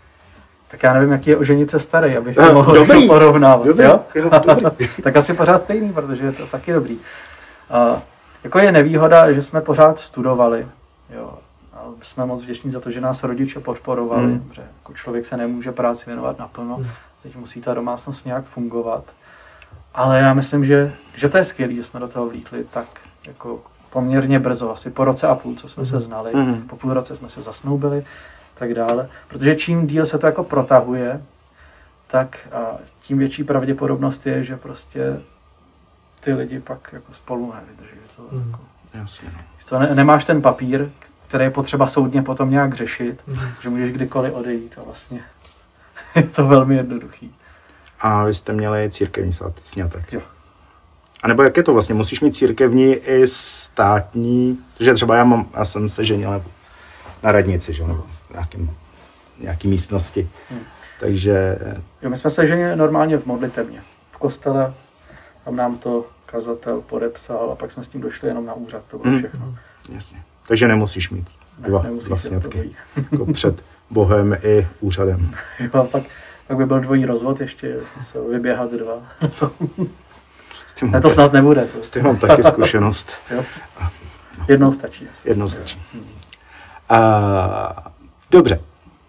Tak já nevím, jaký je oženit se starý, abych Eh, to mohl dobrý. jako porovnávat, Dobrý, jo? jo, dobrý. Tak asi pořád stejný, protože je to taky dobrý. Uh, jako je nevýhoda, že jsme pořád studovali, jo. A jsme moc vděční za to, že nás rodiče podporovali, Hmm. že jako člověk se nemůže práci věnovat naplno, Hmm. teď musí ta domácnost nějak fungovat. Ale já myslím, že, že to je skvělé, že jsme do toho vlítli tak jako poměrně brzo, asi po roce a půl, co jsme Mhm. se znali, Mhm. po půl roce jsme se zasnoubili, tak dále. Protože čím díl se to jako protahuje, tak a tím větší pravděpodobnost je, že prostě ty lidi pak jako spolu nevydrží. To Mhm. jako, Jasně, no. to ne, nemáš ten papír, který je potřeba soudně potom nějak řešit, Mhm. že můžeš kdykoliv odejít a vlastně je to velmi jednoduchý. A vy jste měli církevní svat- sňatek. Jo. A nebo jak je to vlastně? Musíš mít církevní i státní? Protože třeba já, mám, já jsem se ženil na radnici, že? Nebo v nějakým, nějaký místnosti. Hmm. Takže Jo, my jsme se ženili normálně v modlitevně, v kostele, tam nám to kazatel podepsal a pak jsme s tím došli jenom na úřad, to bylo Hmm. všechno. jasně. Takže nemusíš mít dva, nemusíš dva mít to sňatky. dvojí. Jako před Bohem i úřadem. Jo, a pak, pak by byl dvojí rozvod ještě, se vyběhat dva. S tím, Ne, mám, to tak, snad nebude. To. s tím mám taky zkušenost. Jo? Jednou stačí. Asi. Jednou stačí. Hmm. A, dobře.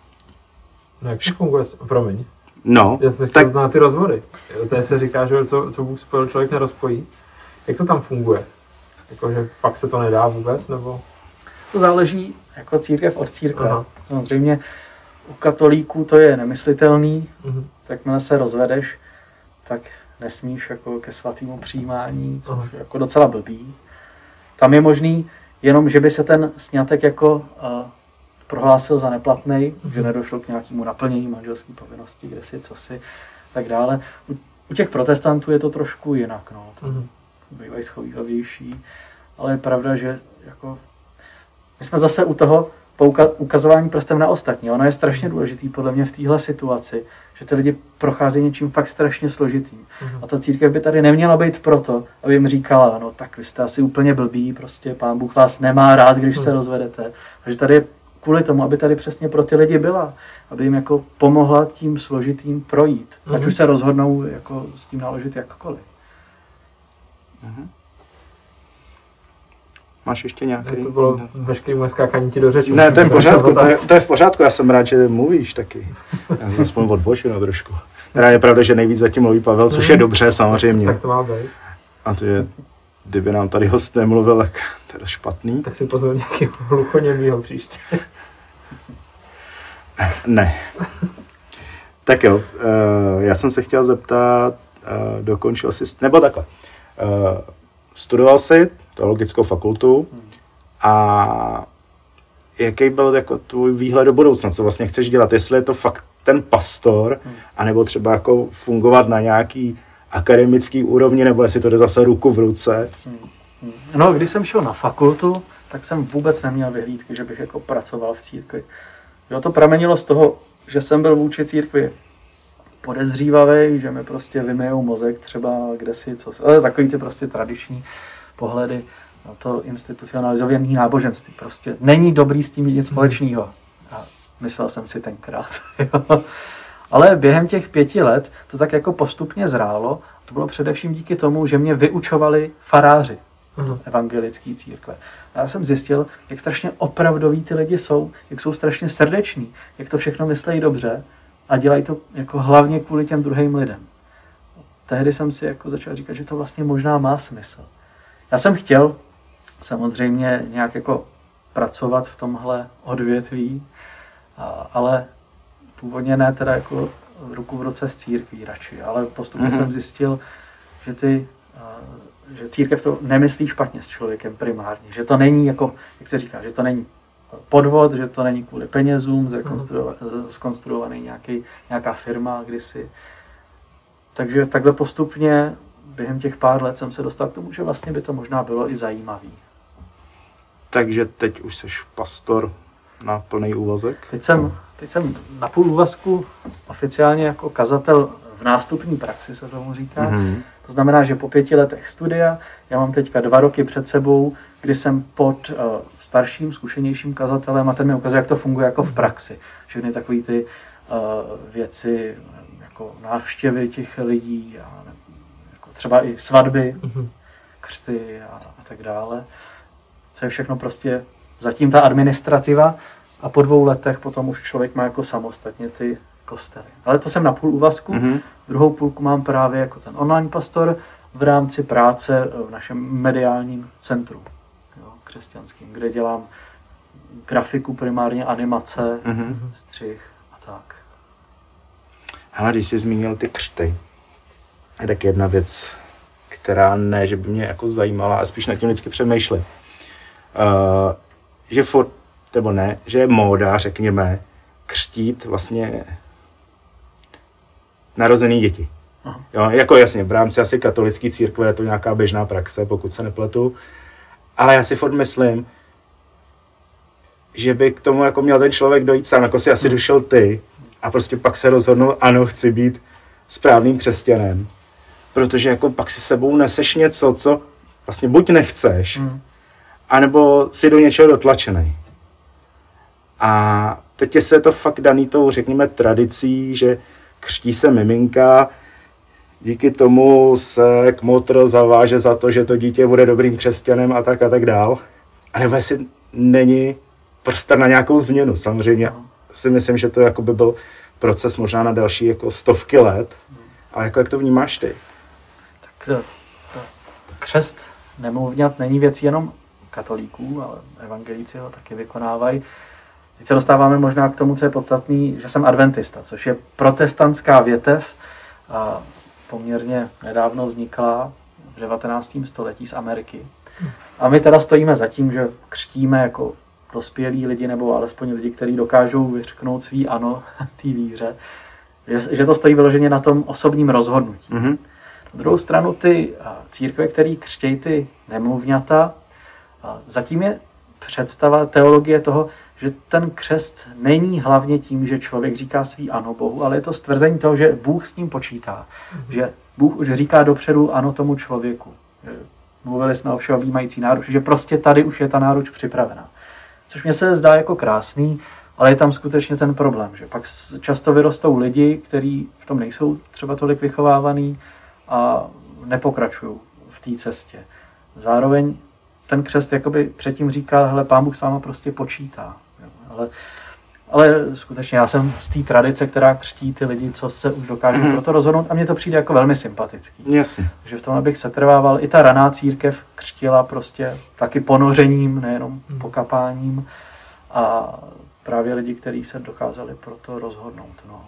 No jak to funguje, promiň. No, Já jsem chtěl tak znát ty rozvody. Tady se říká, že co, co Bůh spojil, člověk nerozpojí. Jak to tam funguje? Jakože fakt se to nedá vůbec, nebo? To záleží jako církev od církve. Aha. Samozřejmě u katolíků to je nemyslitelný, Mhm. jakmile se rozvedeš, tak nesmíš jako ke svatému přijímání, což Aha. je jako docela blbý. Tam je možný jenom, že by se ten sňatek jako uh, prohlásil za neplatnej, Mhm. že nedošlo k nějakému naplnění manželské povinnosti, kde si, co si, tak dále. U, u těch protestantů je to trošku jinak, no. Tam Mhm. bývají schovývavější, ale je pravda, že jako my jsme zase u toho pouka- ukazování prstem na ostatní. Ono je strašně důležitý podle mě v téhle situaci, že ty lidi procházejí něčím fakt strašně složitým. Mhm. A ta církev by tady neměla být proto, aby jim říkala, no tak vy jste asi úplně blbí, prostě Pán Bůh vás nemá rád, když se Mhm. rozvedete. Takže tady je kvůli tomu, aby tady přesně pro ty lidi byla, aby jim jako pomohla tím složitým projít. Ať Mhm. už se rozhodnou jako s tím naložit jakkoliv. Mhm. Máš ještě nějaký? To bylo veškerý moje skákání ti do řeči. Ne, to je v pořádku, to je, Otázky. to je v pořádku, já jsem rád, že mluvíš taky. Já jsem aspoň odbočil trošku. Teda je pravda, že nejvíc zatím mluví Pavel, což je dobře samozřejmě. Tak to má být. A to je, kdyby nám tady host nemluvil, tak to je dost špatný. Tak si pozvem nějakého hluchoněmýho příště. Ne. Tak jo, uh, já jsem se chtěl zeptat, uh, dokončil jsi, nebo takhle, uh, studoval jsi teologickou fakultu a jaký byl jako tvůj výhled do budoucna, co vlastně chceš dělat, jestli je to fakt ten pastor, anebo třeba jako fungovat na nějaký akademický úrovni, nebo jestli to jde zase ruku v ruce. No, když jsem šel na fakultu, tak jsem vůbec neměl vyhlídky, že bych jako pracoval v církvi. Jo, to pramenilo z toho, že jsem byl vůči církvi podezřívavý, že mi prostě vymijou mozek třeba kdesi, co se, ale takový ty prostě tradiční pohledy na to institucionalizované náboženství. Prostě není dobrý s tím nic společného. A myslel jsem si tenkrát. Jo. Ale během těch pěti let to tak jako postupně zrálo. To bylo především díky tomu, že mě vyučovali faráři uh-huh. evangelické církve. A já jsem zjistil, jak strašně opravdoví ty lidi jsou, jak jsou strašně srdeční, jak to všechno myslejí dobře a dělají to jako hlavně kvůli těm druhým lidem. Tehdy jsem si jako začal říkat, že to vlastně možná má smysl. Já jsem chtěl samozřejmě nějak jako pracovat v tomhle odvětví, a, ale původně ne teda jako ruku v ruce s církví radši, ale postupně mm-hmm. jsem zjistil, že ty, že církev to nemyslí špatně s člověkem primárně, že to není jako, jak se říká, že to není podvod, že to není kvůli penězům zkonstruovaný nějaký, nějaká firma kdysi. Takže takhle postupně během těch pár let jsem se dostal k tomu, že vlastně by to možná bylo i zajímavý. Takže teď už seš pastor na plný úvazek? Teď jsem, teď jsem na půl úvazku oficiálně jako kazatel v nástupní praxi, se tomu říká. Mm-hmm. To znamená, že po pěti letech studia, já mám teďka dva roky před sebou, kdy jsem pod uh, starším, zkušenějším kazatelem a ten mi ukazuje, jak to funguje jako v praxi. Všechny takové ty uh, věci, jako návštěvy těch lidí, a, jako třeba i svatby, mm-hmm. křty a, a tak dále. Co je všechno prostě zatím ta administrativa a po dvou letech potom už člověk má jako samostatně ty kostely. Ale to jsem na půl úvazku, mm-hmm. druhou půlku mám právě jako ten online pastor v rámci práce v našem mediálním centru, jo, křesťanským, kde dělám grafiku, primárně animace, mm-hmm. střih a tak. Hele, když jsi zmínil ty křty, je tak jedna věc, která ne, že by mě jako zajímala, a spíš nad tím vždycky přemýšlím. Uh, že furt, nebo ne, že je móda, řekněme, křtít vlastně narozený děti. Aha. Jo, jako jasně, v rámci asi katolické církve je to nějaká běžná praxe, pokud se nepletu, ale já si furt myslím, že by k tomu jako měl ten člověk dojít sám, jako si asi hmm. došel ty a prostě pak se rozhodnul, ano, chci být správným křesťanem, protože jako pak si sebou neseš něco, co vlastně buď nechceš, hmm. anebo si do něčeho dotlačený. A teď je to fakt daný tou, řekněme, tradicí, že křtí se miminka, díky tomu se kmotr zaváže za to, že to dítě bude dobrým křesťanem a tak a tak dál. A nebo jestli není prostor na nějakou změnu. Samozřejmě si myslím, že to jako by byl proces možná na další jako stovky let. Ale jako jak to vnímáš ty? Tak to, to křest nemluvňat není věc jenom katolíků, ale evangelíci ho taky vykonávají. Teď se dostáváme možná k tomu, co je podstatný, že jsem adventista, což je protestantská větev, a poměrně nedávno vznikla v devatenáctém století z Ameriky. A my teda stojíme za tím, že křtíme jako dospělí lidi, nebo alespoň lidi, kteří dokážou vyřknout svý ano té víře, že, že to stojí vyloženě na tom osobním rozhodnutí. Mm-hmm. Na druhou stranu ty církve, které křtějí ty nemluvňata, zatím je představa teologie toho, že ten křest není hlavně tím, že člověk říká svý ano Bohu, ale je to stvrzení toho, že Bůh s ním počítá. Mm-hmm. Že Bůh už říká dopředu ano tomu člověku. Mluvili jsme o všeobjímající náruč, že prostě tady už je ta náruč připravená. Což mě se zdá jako krásný, ale je tam skutečně ten problém, že pak často vyrostou lidi, kteří v tom nejsou třeba tolik vychovávaný a nepokračují v té cestě. Zároveň ten křest jakoby předtím říká, hele, Pán Bůh s váma prostě počítá. Ale, ale skutečně já jsem z té tradice, která křtí ty lidi, co se už dokážou mm. pro to rozhodnout, a mně to přijde jako velmi sympatický. Jasně. Že v tom, abych setrvával, i ta raná církev křtila prostě taky ponořením, nejenom mm. pokapáním, a právě lidi, kteří se dokázali pro to rozhodnout. No.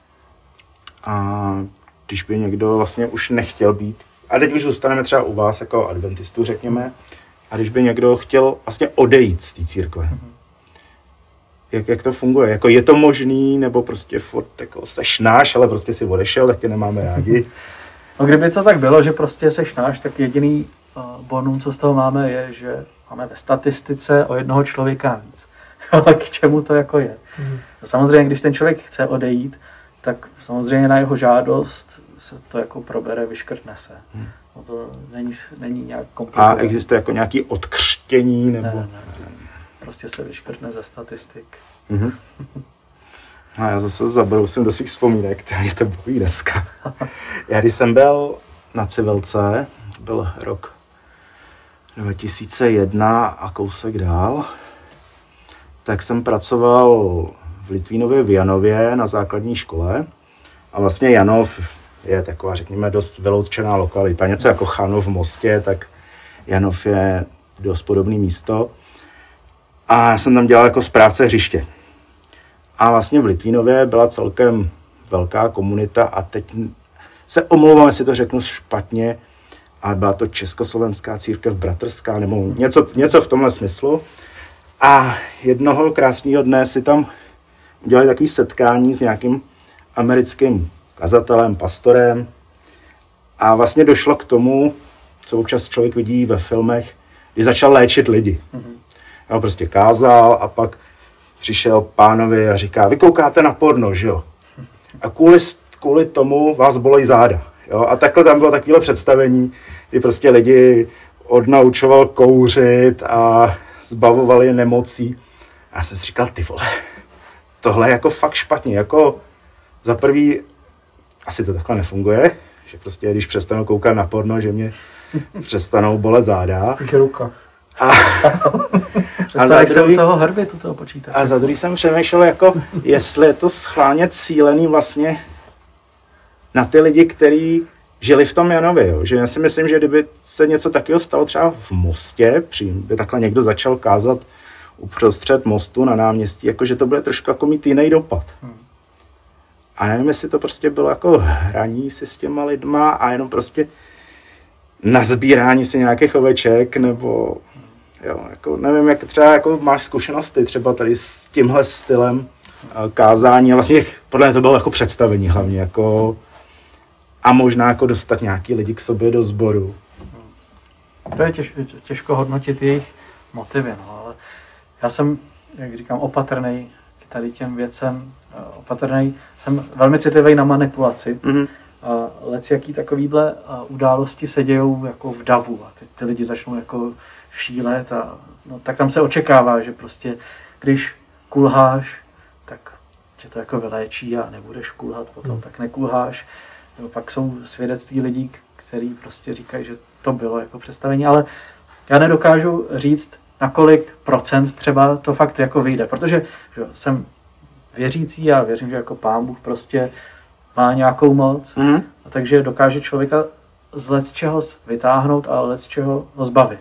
A když by někdo vlastně už nechtěl být, a teď už zůstaneme třeba u vás jako adventistů, řekněme, a když by někdo chtěl vlastně odejít z té církve, mm-hmm. jak, jak to funguje? Jako je to možný, nebo prostě furt jako seš náš, ale prostě si odešel, tak tě nemáme rádi? No kdyby to tak bylo, že prostě seš náš, tak jediný, bonum, co z toho máme, je, že máme ve statistice o jednoho člověka víc. Ale k čemu to jako je? Mm. Samozřejmě, když ten člověk chce odejít, tak samozřejmě na jeho žádost se to jako probere, vyškrtne se. Mm. No to není, není nějak komplikované. A existuje jako nějaký odkřtění? Nebo... Ne, ne, ne. Prostě se vyškrtne ze statistik. Mm-hmm. A já zase zabrousím do svých vzpomínek, které to bojí dneska. Já když jsem byl na civilce, to byl rok dva tisíce jedna a kousek dál, tak jsem pracoval v Litvínově v Janově na základní škole. A vlastně Janov je taková, řekněme, dost vyloučená lokalita. Něco jako Chanov v Mostě, tak Janov je dost podobné místo. A já jsem tam dělal jako správce hřiště. A vlastně v Litvínově byla celkem velká komunita a teď se omlouvám, jestli to řeknu špatně, ale byla to Československá církev bratrská nebo něco, něco v tomhle smyslu. A jednoho krásného dne si tam udělali takové setkání s nějakým americkým kazatelem, pastorem a vlastně došlo k tomu, co občas člověk vidí ve filmech, kdy začal léčit lidi. Mm-hmm. Já prostě kázal a pak přišel pánovi a říká, vy koukáte na porno, že jo? A kvůli, kvůli tomu vás bolí záda. Jo? A takhle tam bylo takové představení, kdy prostě lidi odnaučoval kouřit a zbavovali nemocí. A já jsem si říkal, ty vole, tohle je jako fakt špatně. Jako za prvý, asi to takhle nefunguje, že prostě když přestanu koukat na porno, že mě přestanou bolet záda. Spíš ruka. A, a za druhý, u toho hrby, u toho počítače. A za druhý jsem přemýšlel, jako, jestli je to schválně cílený vlastně na ty lidi, kteří žili v tom Janově. Jo. Že já si myslím, že kdyby se něco takového stalo třeba v Mostě, by takhle někdo začal kázat uprostřed mostu na náměstí, jako, že to bude trošku jako mít jiný dopad. Hmm. A nevím, jestli to prostě bylo jako hraní si s těma lidma a jenom prostě nazbírání si nějakých oveček, nebo jo, jako, nevím, jak třeba jako máš zkušenosti třeba tady s tímhle stylem kázání a vlastně podle mě to bylo jako představení hlavně, jako a možná jako dostat nějaký lidi k sobě do sboru. To je těž, těžko hodnotit jejich motivy, no, ale já jsem, jak říkám, opatrnej k tady těm věcem, opatrnej, jsem velmi citlivý na manipulaci. Mm-hmm. A lecjaký takovýhle události se dějou jako v davu a ty, ty lidi začnou jako šílet a no, tak tam se očekává, že prostě když kulháš, tak tě to jako vyléčí a nebudeš kulhat potom, mm. tak nekulháš. Jo, pak jsou svědectví lidí, kteří prostě říkají, že to bylo jako představení, ale já nedokážu říct, na kolik procent třeba to fakt jako vyjde, protože že jsem věřící a věřím, že jako Pán Bůh prostě má nějakou moc, mm. a takže dokáže člověka z lecčeho vytáhnout a lecčeho zbavit.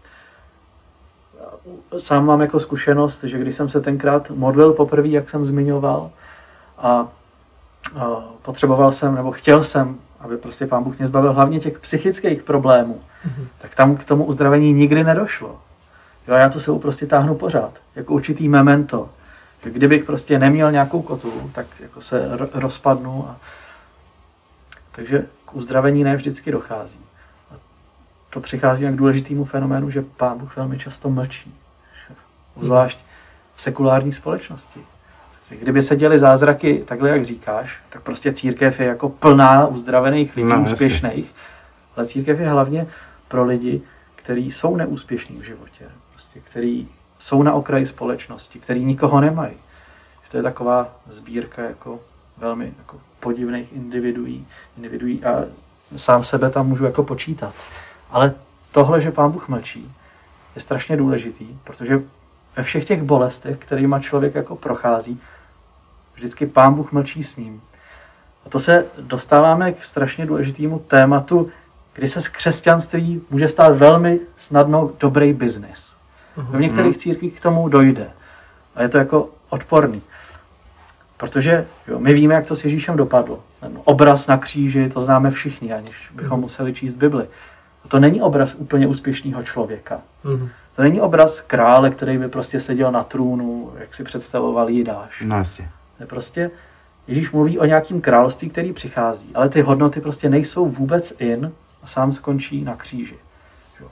Sám mám jako zkušenost, že když jsem se tenkrát modlil poprvé, jak jsem zmiňoval, a, a potřeboval jsem, nebo chtěl jsem, aby prostě Pán Bůh mě zbavil hlavně těch psychických problémů, mm. tak tam k tomu uzdravení nikdy nedošlo. Jo, já to sebou prostě táhnu pořád, jako určitý memento. Že kdybych prostě neměl nějakou kotvu, tak jako se rozpadnu. A... Takže k uzdravení ne vždycky dochází. A to přichází k důležitému fenoménu, že Pán Bůh velmi často mlčí. Zvlášť v sekulární společnosti. Kdyby se děly zázraky takhle, jak říkáš, tak prostě církev je jako plná uzdravených lidí, no, úspěšných. Ale církev je hlavně pro lidi, kteří jsou neúspěšní v životě. Prostě, který jsou na okraji společnosti, který nikoho nemají. Že to je taková sbírka jako velmi jako podivných individuí, individuí a sám sebe tam můžu jako počítat. Ale tohle, že Pán Bůh mlčí, je strašně důležitý, protože ve všech těch bolestech, kterýma člověk jako prochází, vždycky Pán Bůh mlčí s ním. A to se dostáváme k strašně důležitému tématu, kdy se z křesťanství může stát velmi snadno dobrý biznis. V některých církvích k tomu dojde. A je to jako odporný. Protože jo, my víme, jak to s Ježíšem dopadlo. Ten obraz na kříži, to známe všichni, aniž bychom museli číst Bibli. A to není obraz úplně úspěšného člověka. Mm-hmm. To není obraz krále, který by prostě seděl na trůnu, jak si představoval Jidáš. No, jasně. To je prostě, Ježíš mluví o nějakém království, který přichází, ale ty hodnoty prostě nejsou vůbec in a sám skončí na kříži. Jo.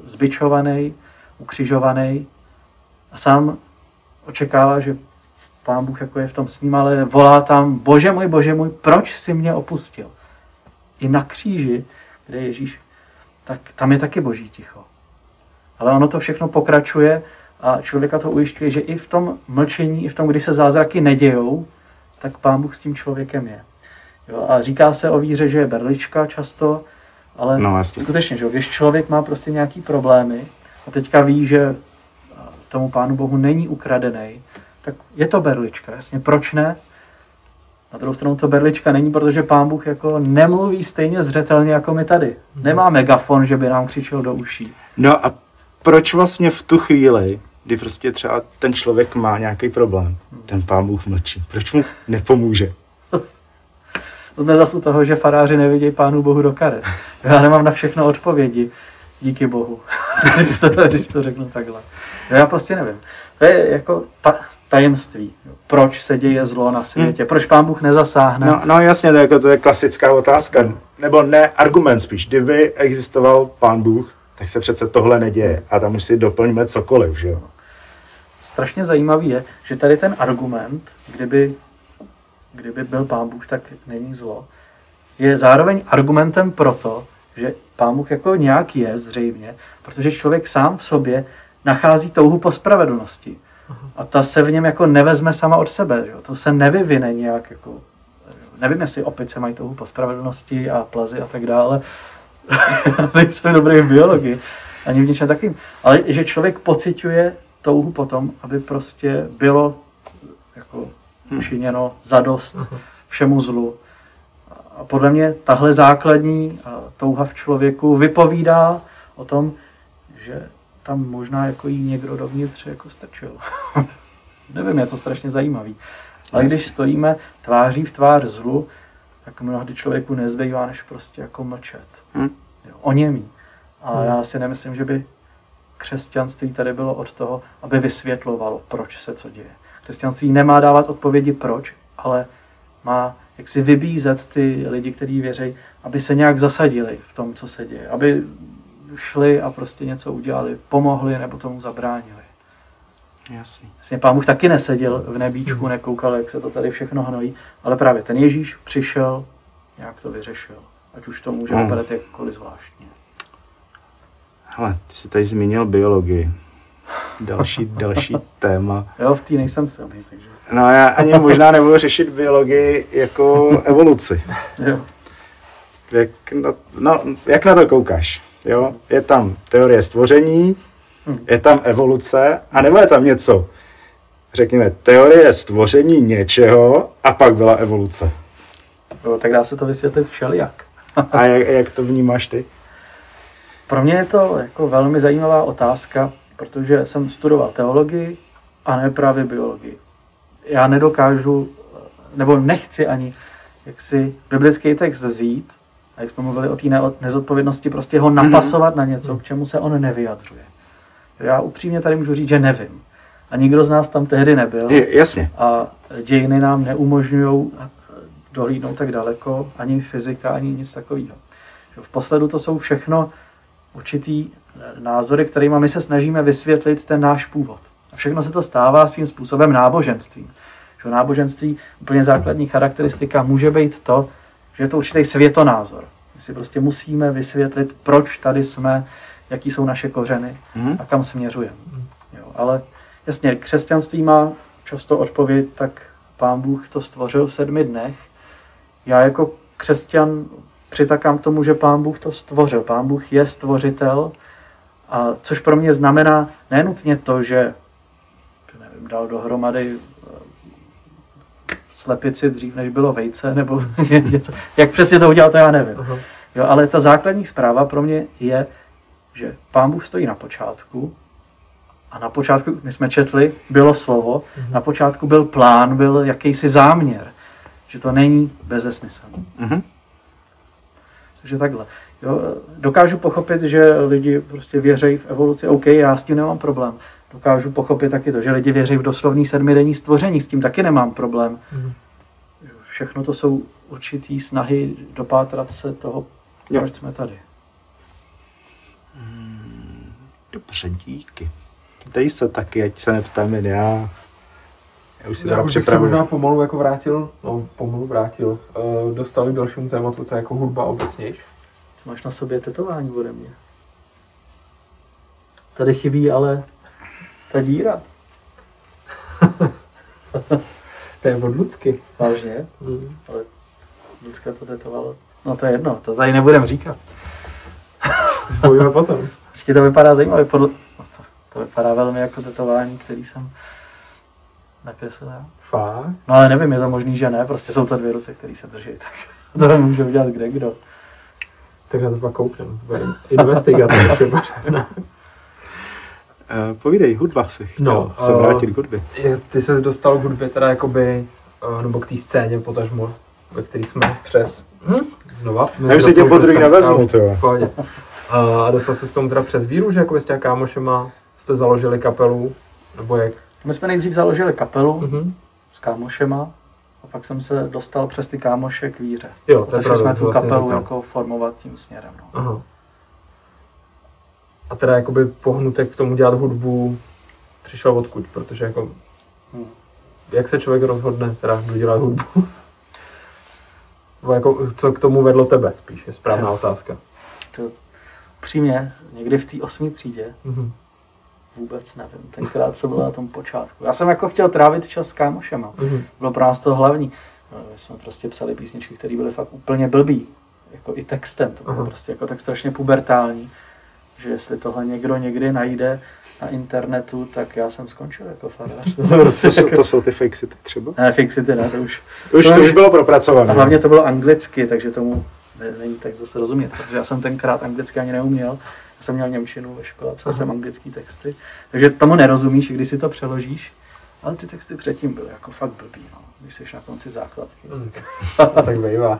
zbičovaný, ukřižovaný a sám očekává, že Pán Bůh jako je v tom s ním, ale volá tam, Bože můj, Bože můj, proč jsi mě opustil? I na kříži, kde je Ježíš, tak tam je taky Boží ticho. Ale ono to všechno pokračuje a člověka to ujišťuje, že i v tom mlčení, i v tom, kdy se zázraky nedějou, tak Pán Bůh s tím člověkem je. Jo, a říká se o víře, že je berlička často, ale no, skutečně, že když člověk má prostě nějaký problémy a teďka ví, že tomu Pánu Bohu není ukradený, tak je to berlička, jasně, proč ne? Na druhou stranu to berlička není, protože Pán Bůh jako nemluví stejně zřetelně jako my tady. Nemá megafon, že by nám křičel do uší. No a proč vlastně v tu chvíli, kdy prostě třeba ten člověk má nějaký problém, ten Pán Bůh mlčí? Proč mu nepomůže? To jsme zase u toho, že faráři nevidějí Pánu Bohu do karet. Já nemám na všechno odpovědi, díky Bohu, když, to, když to řeknu takhle. Já prostě nevím. To je jako ta, tajemství. Proč se děje zlo na světě? Proč Pán Bůh nezasáhne? No, no jasně, to je, jako, to je klasická otázka. Nebo ne, argument spíš. Kdyby existoval Pán Bůh, tak se přece tohle neděje. A tam už si doplňme cokoliv, že jo? Strašně zajímavý je, že tady ten argument, kdyby, kdyby byl Pán Bůh, tak není zlo, je zároveň argumentem proto, že Pán Bůh jako nějak je zřejmě, protože člověk sám v sobě nachází touhu po spravedlnosti. A ta se v něm jako nevezme sama od sebe. Jo? To se nevyvine nějak jako... Nevím, jestli opice mají touhu po spravedlnosti a plazy a tak dále. Nejsem dobrý v biologii. Ani v něčem takovým. Ale že člověk pociťuje touhu potom, aby prostě bylo jako učiněno zadost všemu zlu. A podle mě tahle základní touha v člověku vypovídá o tom, že tam možná jako jí někdo dovnitř jako strčil. Nevím, je to strašně zajímavý. Ale když stojíme tváří v tvář zlu, tak mnohdy člověku nezbývá, než prostě jako mlčet. Hmm. Jo, oněmí. A hmm. já si nemyslím, že by křesťanství tady bylo od toho, aby vysvětlovalo, proč se co děje. Křesťanství nemá dávat odpovědi proč, ale má jak si vybízet ty lidi, kteří věří, aby se nějak zasadili v tom, co se děje. Aby šli a prostě něco udělali, pomohli nebo tomu zabránili. Jasně. Vlastně Pán Bůh taky neseděl v nebíčku, nekoukal, jak se to tady všechno hnojí, ale právě ten Ježíš přišel, nějak to vyřešil. Ať už to může hmm. vypadat jakkoliv zvláštně. Hele, ty jsi tady zmínil biologii. Další, další téma. Jo, v té nejsem silný, takže... No já ani možná nebudu řešit biologii jako evoluci. Jo. Jak na, no, jak na to koukáš? Jo? Je tam teorie stvoření, je tam evoluce, a nebo je tam něco, řekněme, teorie stvoření něčeho a pak byla evoluce. Jo, tak dá se to vysvětlit všelijak. A jak, jak to vnímáš ty? Pro mě je to jako velmi zajímavá otázka, protože jsem studoval teologii a ne právě biologii. Já nedokážu, nebo nechci ani, jak si biblický text vzít, a jak jsme mluvili o té nezodpovědnosti, prostě ho napasovat mm-hmm. na něco, k čemu se on nevyjadřuje. Já upřímně tady můžu říct, že nevím. A nikdo z nás tam tehdy nebyl. Je, jasně. A dějiny nám neumožňují dohlídnout tak daleko, ani fyzika, ani nic takového. V posledu to jsou všechno určitý názory, kterými my se snažíme vysvětlit ten náš původ. A všechno se to stává svým způsobem náboženstvím. Že náboženství, úplně základní charakteristika může být to, že je to určitý světonázor. My si prostě musíme vysvětlit, proč tady jsme, jaký jsou naše kořeny mm. a kam směřujeme. Jo, ale jasně, křesťanství má často odpověď, tak Pán Bůh to stvořil v sedmi dnech. Já jako křesťan přitakám tomu, že Pán Bůh to stvořil. Pán Bůh je stvořitel, a což pro mě znamená nenutně to, že nevím, dal dohromady slepici dřív, než bylo vejce, nebo něco. Jak přesně to udělal, to já nevím. Uh-huh. Jo, ale ta základní zpráva pro mě je, že Pán Bůh stojí na počátku a na počátku, my jsme četli, bylo slovo, uh-huh. na počátku byl plán, byl jakýsi záměr, že to není bezesmyslné. Uh-huh. Takže takhle. Jo, dokážu pochopit, že lidi prostě věří v evoluci, OK, já s tím nemám problém. Dokážu pochopit taky to, že lidi věří v doslovný sedmidenní stvoření, s tím taky nemám problém. Mm. Všechno to jsou určitý snahy dopátrat se toho, proč jsme tady. Dobře, díky. Dej se taky, ať se neptám jen já. Já už si Já teda už bych se připravuji. možná pomalu jako vrátil, no pomalu vrátil, uh, dostali k dalšímu tématu, to je jako hudba obecnějš. Máš na sobě tetování ode mě. Tady chybí ale ta díra. To je od Lucky. Vážně? Mm. Ale Lucka to tetovalo. No to je jedno, to tady nebudem říkat. To spojíme potom. Počkej, to vypadá zajímavě. Podle... No to, to vypadá velmi jako tetování, který jsem nakreslil. Fakt? No ale nevím, je to možný, že ne. Prostě jsou to dvě ruce, které se drží. Tak to může udělat kde kdo. Tak na to pak koukneme. To bude investigace třeba. Uh, povídej, hudba si chtěl No, se uh, vrátit k hudbě. Je, ty se dostal k hudbě teda jakoby, uh, nebo k té scéně potažmo, ve který jsme přes... Hm? Znova? Já už si tě podruhý nevezmu, to jo. Pohodě. A dostal se s tomu teda přes víru, že jako s těma kámošema jste založili kapelu, nebo jak? My jsme nejdřív založili kapelu Mhm. s kámošema a pak jsem se dostal přes ty kámoše k víře. Jo, to je Začali pravda, jsme to tu vlastně kapelu říkal. jako formovat tím směrem. No. Aha. A teda jakoby pohnutek k tomu dělat hudbu přišel odkud, protože jako... Hmm. Jak se člověk rozhodne teda dělat hudbu? Nebo jako, co k tomu vedlo tebe, spíš je správná Co? otázka. To, upřímně, někdy v té osmé třídě, Mhm. vůbec nevím, tenkrát co bylo na tom počátku. Já jsem jako chtěl trávit čas s kámošema. Mhm. Bylo pro nás to hlavní. No, my jsme prostě psali písničky, které byly fakt úplně blbý. Jako i textem, to bylo Aha. prostě jako tak strašně pubertální, že jestli tohle někdo někdy najde na internetu, tak já jsem skončil jako farář. To, To jsou, to jsou ty fakesity třeba? ne, fixity ne, to už. Už to To už už- bylo A propracované. hlavně to bylo anglicky, takže tomu ne, není tak zase rozumět, protože já jsem tenkrát anglicky ani neuměl. Já jsem měl němčinu ve škole, psal Aha. jsem anglický texty, takže tomu nerozumíš, když si to přeložíš, ale ty texty předtím byly jako fakt blbý, no, když jsi na konci základky. Mhm. Tak bývá.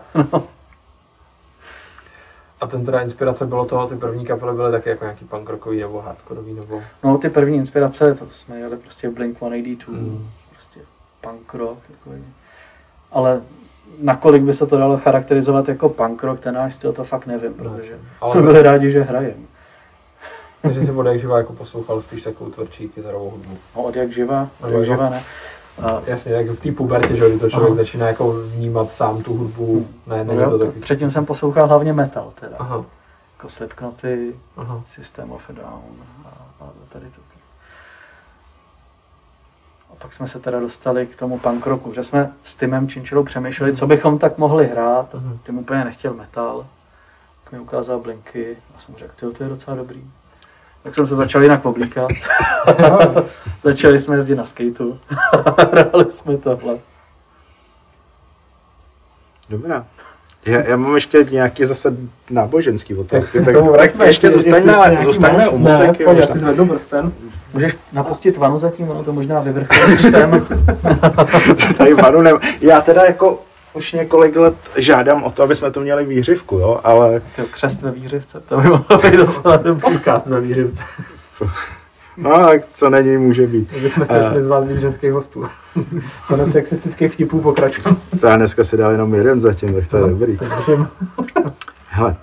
A ten teda inspirace bylo toho, ty první kapely byly taky jako nějaký punk rockový nebo hardkorový nebo... No ty první inspirace, to jsme jeli prostě Blink sto osmdesát dva, Mm. prostě punk rock, takový. Ale nakolik by se to dalo charakterizovat jako punk rock, ten náš styl, to fakt nevím, protože Ale- jsme byli rádi, že hrajeme. Takže si od jak živá jako poslouchal spíš takovou tvrdší kytarovou hudbu. No od jak živa, od Jo, jak jo. živa ne. A, Jasně, jak v té pubertě, že kdy to člověk Aha. začíná jako vnímat sám tu hudbu, ne, no není jo, to to, takový... předtím jsem poslouchal hlavně metal teda, Aha, jako Slipknoty, aha. System of a Down a, a tady to. A pak jsme se teda dostali k tomu punk rocku, že jsme s Timem Činčilou přemýšleli, co bychom tak mohli hrát. Mhm. Tim úplně nechtěl metal, tak mi ukázal Blinky a jsem řekl, tyjo, to je docela dobrý. Tak jsem se začal jinak oblíkat. Začali jsme jezdit na skateu. Hráli jsme tohle. Dobrá. Já, já mám ještě nějaký zase náboženský otázky, si tak, tomu tak, vraťme, ještě jestli- zůstaňme, jestli ještě nějaký zůstaňme máš. u Ne, muziky. pojď, já možná. si zvednu prsten. Můžeš napustit vanu zatím, ono to možná vyvrcholí čtem. Tady vanu ne... Já teda jako už několik let žádám o to, aby jsme to měli výřivku, jo, ale Tyjo, křest ve výřivce, to by mohlo být docela dobrý. Podcast ve výřivce. no, tak co není, může být. Kdybychom se šli zvát víc ženských hostů. Konec sexistických vtipů pokračuje. To já dneska si dal jenom jeden zatím, tak to je dobrý. Se držím. Hele,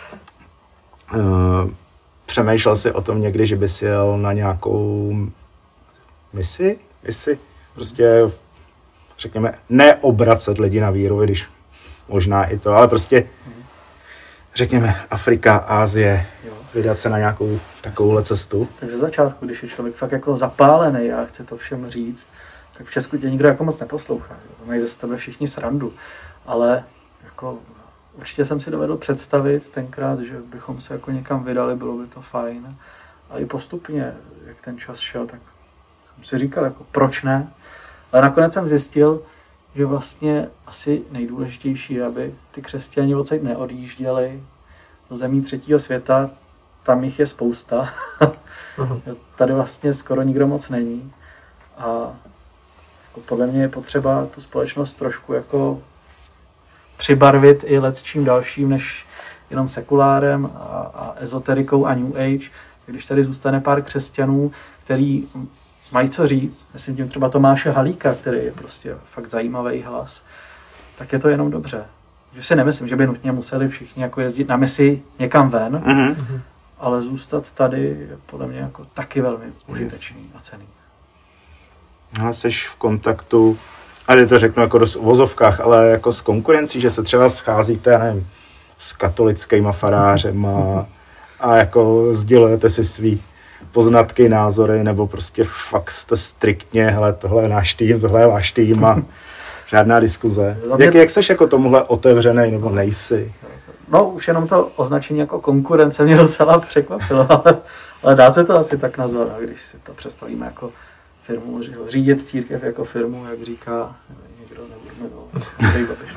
uh, přemýšlel jsi o tom někdy, že bys jel na nějakou misi? Misi? Prostě, řekněme, neobracet lidi na víru, když možná i to, ale prostě, řekněme, Afrika, Asie, Jo. vydat se na nějakou takovouhle cestu. Tak ze začátku, když je člověk fakt jako zapálený a chce to všem říct, tak v Česku tě nikdo jako moc neposlouchá. že? To mají ze tebe všichni srandu. Ale jako určitě jsem si dovedl představit tenkrát, že bychom se jako někam vydali, bylo by to fajn. A i postupně, jak ten čas šel, tak jsem si říkal, jako proč ne? Ale nakonec jsem zjistil, že vlastně asi nejdůležitější je, aby ty křesťani odsaď neodjížděli do zemí třetího světa, tam jich je spousta. Aha. Tady vlastně skoro nikdo moc není. A jako podle mě je potřeba tu společnost trošku jako přibarvit i lecčím dalším, než jenom sekulárem a, a ezoterikou a New Age. Když tady zůstane pár křesťanů, který mají co říct, myslím tím třeba Tomáše Halíka, který je prostě fakt zajímavý hlas, tak je to jenom dobře. Že si nemyslím, že by nutně museli všichni jako jezdit na misi někam ven, Mhm. ale zůstat tady je podle mě jako taky velmi užitečný a cenný. Ale jsi v kontaktu, a to řeknu jako dost v uvozovkách, ale jako s konkurencí, že se třeba scházíte, já nevím, s katolickýma farářema a jako sdělujete si svý poznatky, názory, nebo prostě fakt jste striktně, hele, tohle je náš tým, tohle je váš tým a žádná diskuze. Jak, jak seš jako tomuhle otevřený, nebo nejsi? No, už jenom to označení jako konkurence mě docela překvapilo, ale, ale dá se to asi tak nazvat, když si to představíme jako firmu, řídit církev jako firmu, jak říká někdo, nebo Andrej Babiš,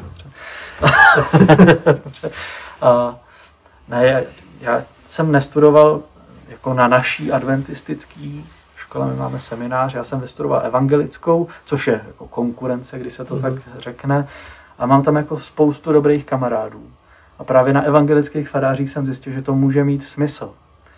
dobře. A, ne, já, já jsem nestudoval jako na naší adventistický škole, my máme seminář, já jsem vystudoval evangelickou, což je jako konkurence, když se to mm-hmm. tak řekne, a mám tam jako spoustu dobrých kamarádů. A právě na evangelických farářích jsem zjistil, že to může mít smysl.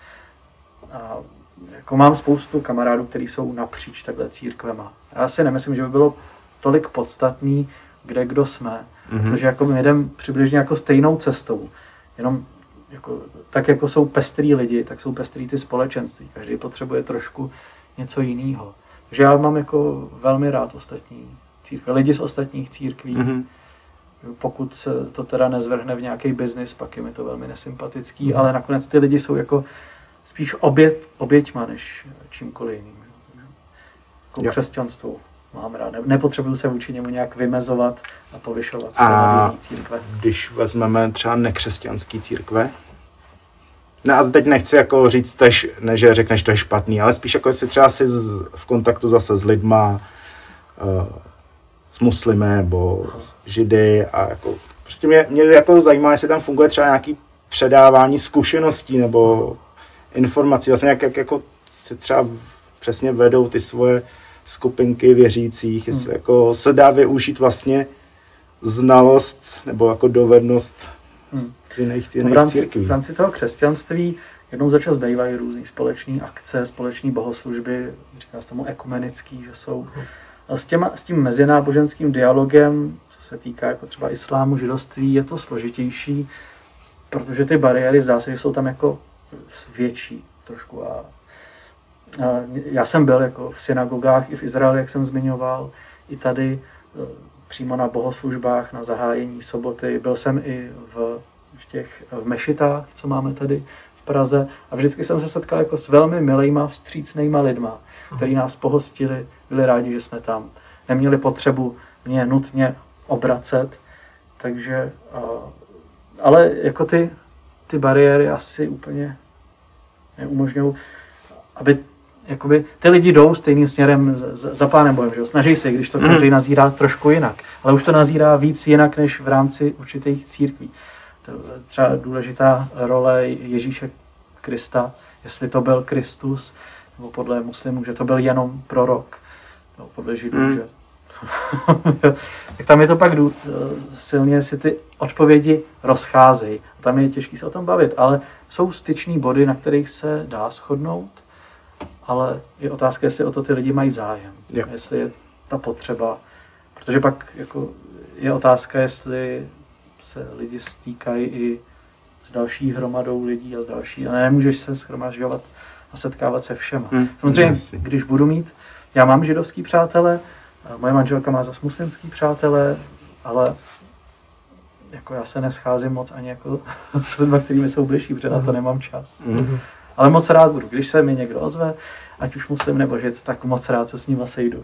A jako mám spoustu kamarádů, kteří jsou napříč takhle církvema. Já si nemyslím, že by bylo tolik podstatný, kde kdo jsme, mm-hmm. protože jako my jdeme přibližně jako stejnou cestou. Jenom jako, tak jako jsou pestrý lidi, tak jsou pestrý ty společenství. Každý potřebuje trošku něco jiného. Takže já mám jako velmi rád ostatní církve, lidi z ostatních církví. Mm-hmm. Pokud se to teda nezvrhne v nějaký biznis, pak je mi to velmi nesympatický, mm. ale nakonec ty lidi jsou jako spíš oběť, oběťma, než čímkoliv jiným. Jako křesťanstvo mám rád. Nepotřebuju se vůči němu nějak vymezovat a povyšovat se na jiný církve. Když vezmeme třeba nekřesťanský církve, no a teď nechci jako říct, tež, ne, že řekneš, to je špatný, ale spíš jako jestli třeba jsi z, v kontaktu zase s lidma, uh, s muslimy nebo s židy a jako prostě mě, mě jako zajímá, jestli tam funguje třeba nějaký předávání zkušeností nebo informací, vlastně jak, jak jako se třeba přesně vedou ty svoje skupinky věřících, jestli hmm. jako se dá využít vlastně znalost nebo jako dovednost hmm. z jiných, jiných v rámci, církví. V rámci toho křesťanství jednou za čas bývají různý společné akce, společné bohoslužby, říká se tomu ekumenický, že jsou. A s, těma, s tím mezináboženským dialogem, co se týká jako třeba islámu, židovství, je to složitější, protože ty bariéry zdá se, že jsou tam jako větší trošku. A, a já jsem byl jako v synagogách i v Izraeli, jak jsem zmiňoval, i tady přímo na bohoslužbách, na zahájení soboty. Byl jsem i v, v těch v mešitách, co máme tady v Praze, a vždycky jsem se setkal jako s velmi milejma, vstřícnejma lidma, kteří nás pohostili, byli rádi, že jsme tam. Neměli potřebu mě nutně obracet, takže, ale jako ty, ty bariéry asi úplně neumožňují, aby jakoby, ty lidi jdou stejným směrem za, za Pánem Bohem, že jo? Snaží se, když to každý nazírá trošku jinak, ale už to nazírá víc jinak, než v rámci určitých církví. To je třeba důležitá role Ježíše Krista, jestli to byl Kristus, nebo podle muslimů, že to byl jenom prorok, no, podle židů, mm. že tak tam je to pak dů, silně si ty odpovědi rozcházejí. Tam je těžké se o tom bavit, ale jsou styční body, na kterých se dá shodnout, ale je otázka, jestli o to ty lidi mají zájem, yeah. jestli je ta potřeba, protože pak jako je otázka, jestli se lidi stýkají i s další hromadou lidí a s další, a nemůžeš se shromažďovat a setkávat se všema. Hmm, Samozřejmě, jasný. Když budu mít, já mám židovský přátele, moje manželka má zase muslimský přátele, ale jako já se nescházím moc ani jako s lidmi, kterými jsou bližší, protože na to nemám čas. Hmm. Ale moc rád budu. Když se mi někdo ozve, ať už muslim nebo žid, tak moc rád se s ním sejdu.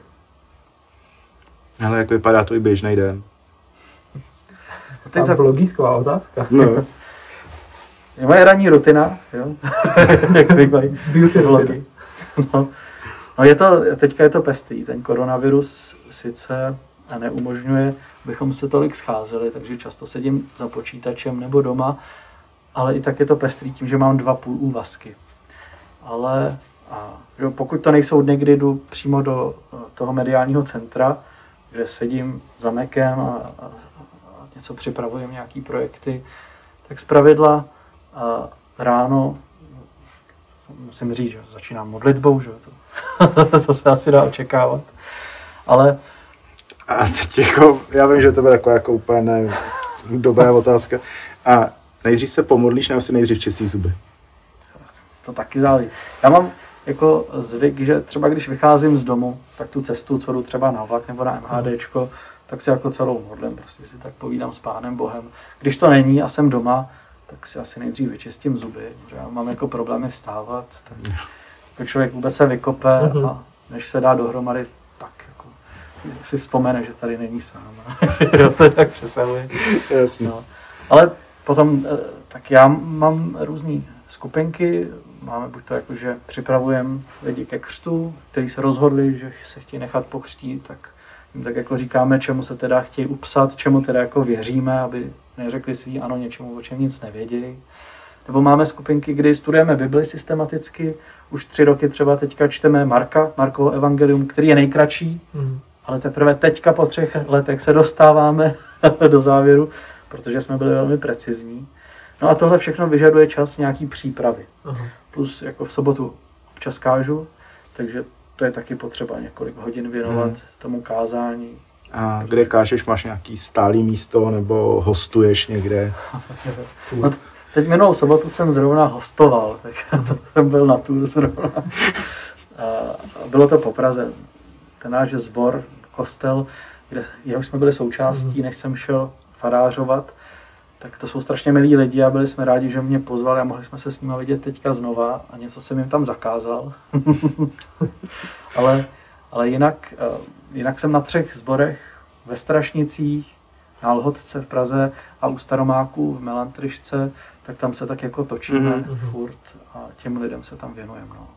Ale jak vypadá tvůj běžný den? Teď za logická otázka. No. Je moje ranní rutina, jo? Jak vypadají vlogy. No. No je to, teďka je to pestrý, ten koronavirus sice neumožňuje, abychom se tolik scházeli, takže často sedím za počítačem nebo doma, ale i tak je to pestrý tím, že mám dva půl úvazky. Ale a, jo, pokud to nejsou dny, kdy jdu přímo do toho mediálního centra, kde sedím za Macem a, a, a něco připravujem, nějaký projekty, tak zpravidla a ráno, musím říct, že začínám modlitbou, že to, to se asi dá očekávat, ale... A teď jako, já vím, že to bude taková jako úplně ne, dobrá otázka. A nejdřív se pomodlíš, nebo si nejdřív čistí zuby? to taky záleží. Já mám jako zvyk, že třeba když vycházím z domu, tak tu cestu, co jdu třeba na vlak nebo na MHDčko, tak si jako celou modlím, prostě si tak povídám s Pánem Bohem. Když to není a jsem doma, tak si asi nejdřív vyčistím zuby, že já mám jako problémy vstávat, tak jako člověk vůbec se vykope a než se dá dohromady, tak jako si vzpomene, že tady není sám. To tak přesahuje. Jasně. No. Ale potom, tak já mám různé skupinky, máme buď to jako, že připravujeme lidi ke křtu, kteří se rozhodli, že se chtějí nechat pokřtít, tak jim tak jako říkáme, čemu se teda chtějí upsat, čemu teda jako věříme, aby neřekli si ano něčemu, o čem nic nevědějí. Nebo máme skupinky, kdy studujeme Bibli systematicky, už tři roky třeba teďka čteme Marka, Markovo evangelium, který je nejkratší, mm. ale teprve teďka po třech letech se dostáváme do závěru, protože jsme byli velmi precizní. No a tohle všechno vyžaduje čas nějaký přípravy. Aha. Plus jako v sobotu občas kážu, takže to je taky potřeba několik hodin věnovat hmm. tomu kázání. A kde kážeš, máš nějaký stálý místo nebo hostuješ někde? No, teď minulou sobotu jsem zrovna hostoval, tak to jsem byl na tour zrovna. A bylo to po Praze. Ten náš sbor, kostel, kde jehož jsme byli součástí, hmm. než jsem šel farářovat, tak to jsou strašně milí lidi a byli jsme rádi, že mě pozvali a mohli jsme se s nimi vidět teďka znova a něco jsem jim tam zakázal. ale, ale jinak, jinak jsem na třech sborech ve Strašnicích, na Lhotce v Praze a u Staromáku v Melantrišce, tak tam se tak jako točíme mm-hmm. furt a těm lidem se tam věnujeme. No.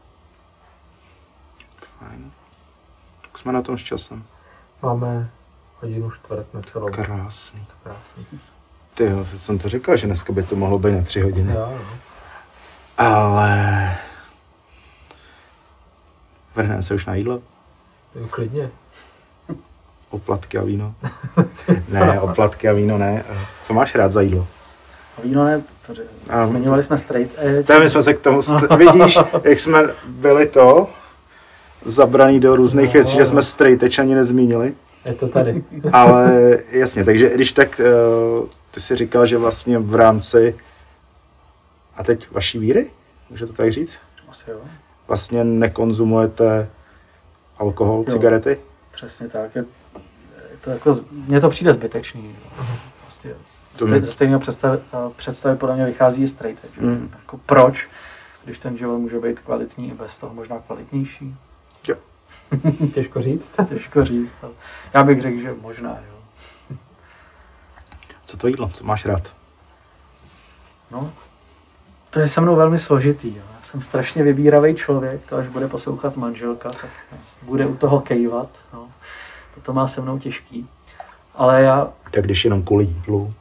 Fajn. Tak jsme na tom s časem. Máme hodinu čtvrt na celou. Krásný. Krásný. Tyjo, jsem to říkal, že dneska by to mohlo být na tři hodiny. Jo, jo. Ale... Vrhneme se už na jídlo? Jo, klidně. Oplatky a víno? Ne, oplatky a víno ne. Co máš rád za jídlo? A víno ne, protože zmiňovali jsme straight edge. Tam jsme se k tomu, st- vidíš, jak jsme byli to, zabraný do různých no, věcí, že jsme straight edge ani nezmínili. Je to tady. Ale jasně, takže když tak, ty jsi říkal, že vlastně v rámci, a teď vaší víry, může to tak říct? Asi jo. Vlastně nekonzumujete alkohol, jo, cigarety? Přesně tak. Je, je to jako, mně to přijde zbytečný. Vlastně stej, ze stejného představy, představy podle mě vychází straight edge. Mm. Jako proč, když ten život může být kvalitní i bez toho možná kvalitnější? Jo. Těžko říct. Těžko říct. Ale já bych řekl, že možná, jo. Co to jídlo? Co máš rád? No, to je se mnou velmi složitý. Jo. Já jsem strašně vybíravý člověk, to až bude poslouchat manželka, tak bude u toho kejvat. No. To má se mnou těžký. Ale já... Tak když jenom kvůli jídlu.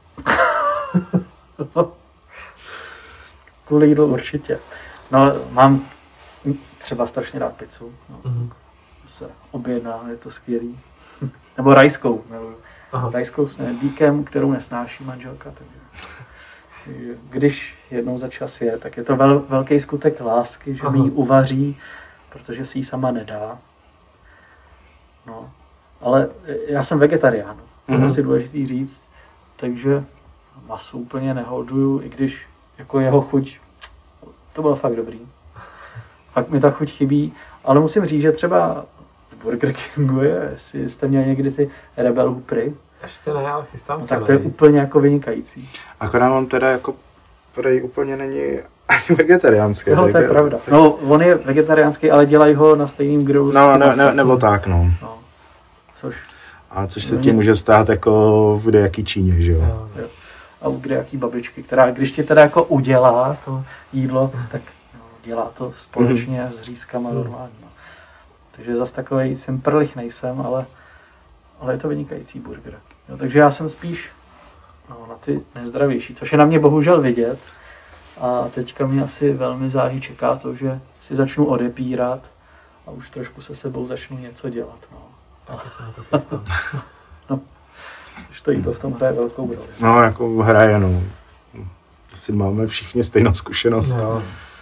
Kvůli jídlu určitě. No, mám třeba strašně rád pizzu. No. Mm-hmm. Se objedná, je to skvělý. Nebo rajskou, miluju. Rajskou s nebíkem, kterou nesnáší manželka. Takže když jednou za čas je, tak je to vel, velký skutek lásky, že mi ji uvaří, protože si ji sama nedá. No. Ale já jsem vegetarián, to je asi důležitý říct, takže maso úplně neholduju, i když jako jeho chuť, to bylo fakt dobrý. Fakt mi ta chuť chybí, ale musím říct, že třeba v Burger Kingu je, jestli jste měli někdy ty Rebel Hupry. Ještě ne, ale chystám no, se. Tak to je úplně jako vynikající. Akorát on teda jako prej úplně není ani vegetariánský. No, to je pravda. No, on je vegetariánský, ale dělají ho na stejném grilu. No, ne, ne, nebo tak, no. no. Což... A což se ti může stát jako v kdejaký Číně, že jo? jo, jo. A u kdejaký babičky, která, když ti teda jako udělá to jídlo, tak no, dělá to společně mm. s řízkama normálně. No. Takže zas takovej simprlich nejsem, ale, ale je to vynikající burger. Jo, takže já jsem spíš no, na ty nezdravější, což je na mě bohužel vidět. A teďka mě asi velmi záhy čeká to, že si začnu odepírat a už trošku se sebou začnu něco dělat. No. Taky se na to chystám. No, už to jídlo v tom hraje velkou roli. No, jako hraje, no. Asi máme všichni stejnou zkušenost. No.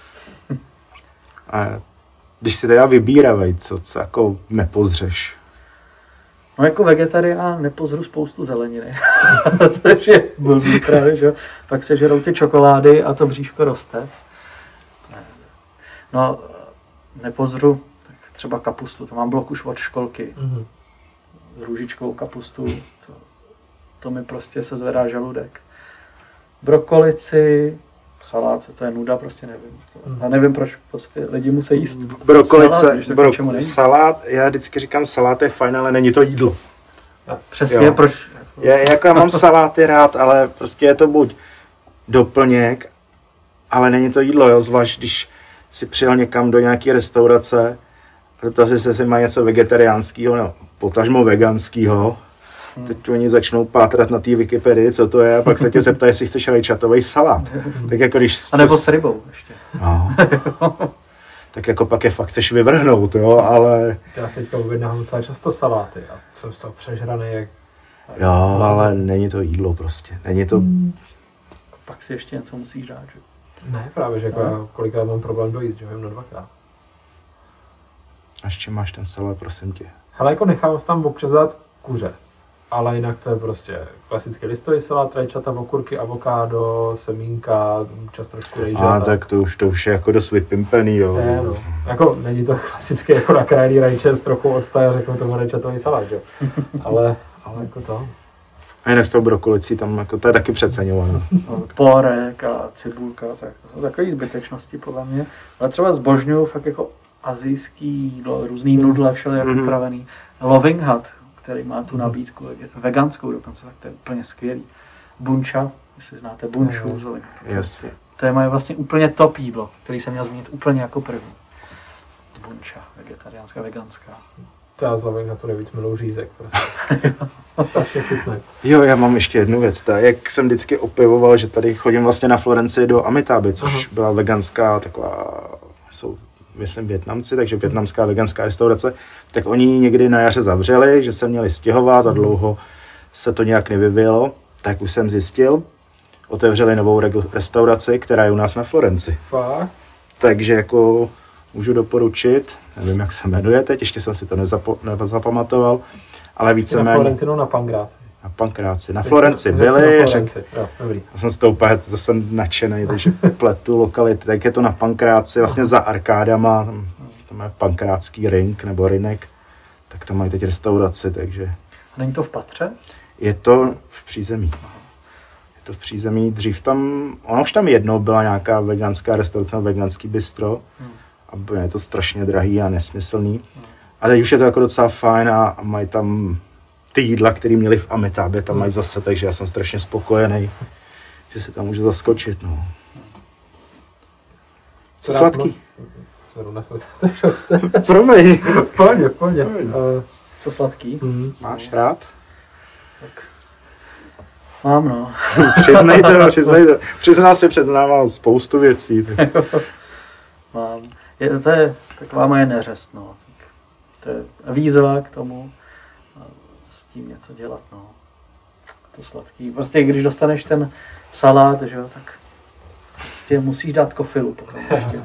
A když si teda vybíravej, co, co jako nepozřeš? No jako vegetarián nepozřu spoustu zeleniny, což je blbý právě, že? Pak se žerou ty čokolády a to bříško roste. Ne. No, nepozřu, tak třeba kapustu, to mám blok už od školky. Mm-hmm. Růžičkovou kapustu, to, to mi prostě se zvedá žaludek. Brokolici, salát, to je nuda, prostě nevím. To, já nevím, proč prostě lidi musí jíst brokolice, salát, když to bro, k čemu nejde. salát, já vždycky říkám, salát je fajn, ale není to jídlo. Přesně, Jo. proč? Je, jako já mám saláty rád, ale prostě je to buď doplněk, ale není to jídlo, jo, zvlášť když si přijel někam do nějaké restaurace, zeptal si se, jestli má něco vegetariánského, no, potažmo veganského. Hmm. Teď oni začnou pátrat na té Wikipedii, co to je, a pak se tě zeptají, jestli chceš rajčatový salát. Tak jako když... A nebo s rybou ještě. No. Tak jako pak je fakt chceš vyvrhnout, jo, ale... Já si teďka objednávám docela často saláty a jsem z toho přežraný jak... Jo, ale není to jídlo prostě, není to... Hmm. Pak si ještě něco musíš dát, že? Ne, právě, že jako No. já kolikrát mám problém dojít, že vím na dvakrát. A s čím máš ten salát, prosím tě? Hele, jako nechám tam občas dát kuře, ale jinak to je prostě klasický listový salát, rajčata, okurky, avokádo, semínka, čas trošku rejže. A tak to už, to už je jako dost vypimpený, jo. Ne, no. Jako není to klasicky jako nakrájený rajče s trochu octa a řeknu tomu rajčatový salát, že? Ale, ale jako to. A jinak s tou brokolicí tam jako, to je taky přeceňované. Porek a cibulka, tak to jsou takové zbytečnosti podle mě. Ale třeba zbožňuju fakt jako asijský jídlo, různý nudle, všelijak Mhm. upravený. Loving Hut, který má tu nabídku, veganskou dokonce, tak to je úplně skvělý. Buncha, jestli znáte bunchu Mhm. z Loving Hut. Jasně. To je moje vlastně úplně top jídlo, který jsem měl zmínit úplně jako první. Buncha, vegetariánská, veganská. To já zlavím na tu nejvíc milou řízek, prostě. Strašně chutné. Jo, já mám ještě jednu věc. Ta, jak jsem vždycky opěvoval, že tady chodím vlastně na Florenci do Amitáby, což Aha. byla veganská taková, jsou, myslím, Vietnamci, takže vietnamská veganská restaurace, tak oni někdy na jaře zavřeli, že se měli stěhovat a dlouho se to nějak nevyvíjelo, tak už jsem zjistil, otevřeli novou regu- restauraci, která je u nás na Florenci. Fakt? Takže jako můžu doporučit, nevím, jak se jmenuje teď, ještě jsem si to nezapo- nezapamatoval, ale Na víceméně Florenci, no na Pangráci. na Pankráci. Na Řekl Florenci jsem- byli, řekl jsem na řek, Florenci. Jo, dobrý. já jsem z toho úplně zase nadšený, takže pletu lokality, tak je to na Pankráci, vlastně za arkádama, tam, tam je Pankrácký ring nebo rinek, tak tam mají teď restauraci, takže A není to v patře? je to v přízemí. Je to v přízemí, dřív tam, ono už tam jednou byla nějaká veganská restaurace, veganský bistro, Hmm. a je to strašně drahý a nesmyslný. A teď už je to jako docela fajn a a mají tam ty jídla, které měli v Amitábě, tam mají zase, takže já jsem strašně spokojený, že se tam můžu zaskočit, no. Co Teda, sladký? no, Zrovna jsem se to šel. Promiň. Pohodě, pohodě. Pohodě. Uh, Co sladký? mm. Máš rád? Tak. Mám, no. Přiznej to, přiznej to. Přizná se, předznával spoustu věcí. Tak. Mám. Je, to je taková moje neřest, no. Tak to je výzva k tomu a s tím něco dělat, no. To sladký. Prostě když dostaneš ten salát, že jo, tak prostě musíš dát kofilu potom ještě.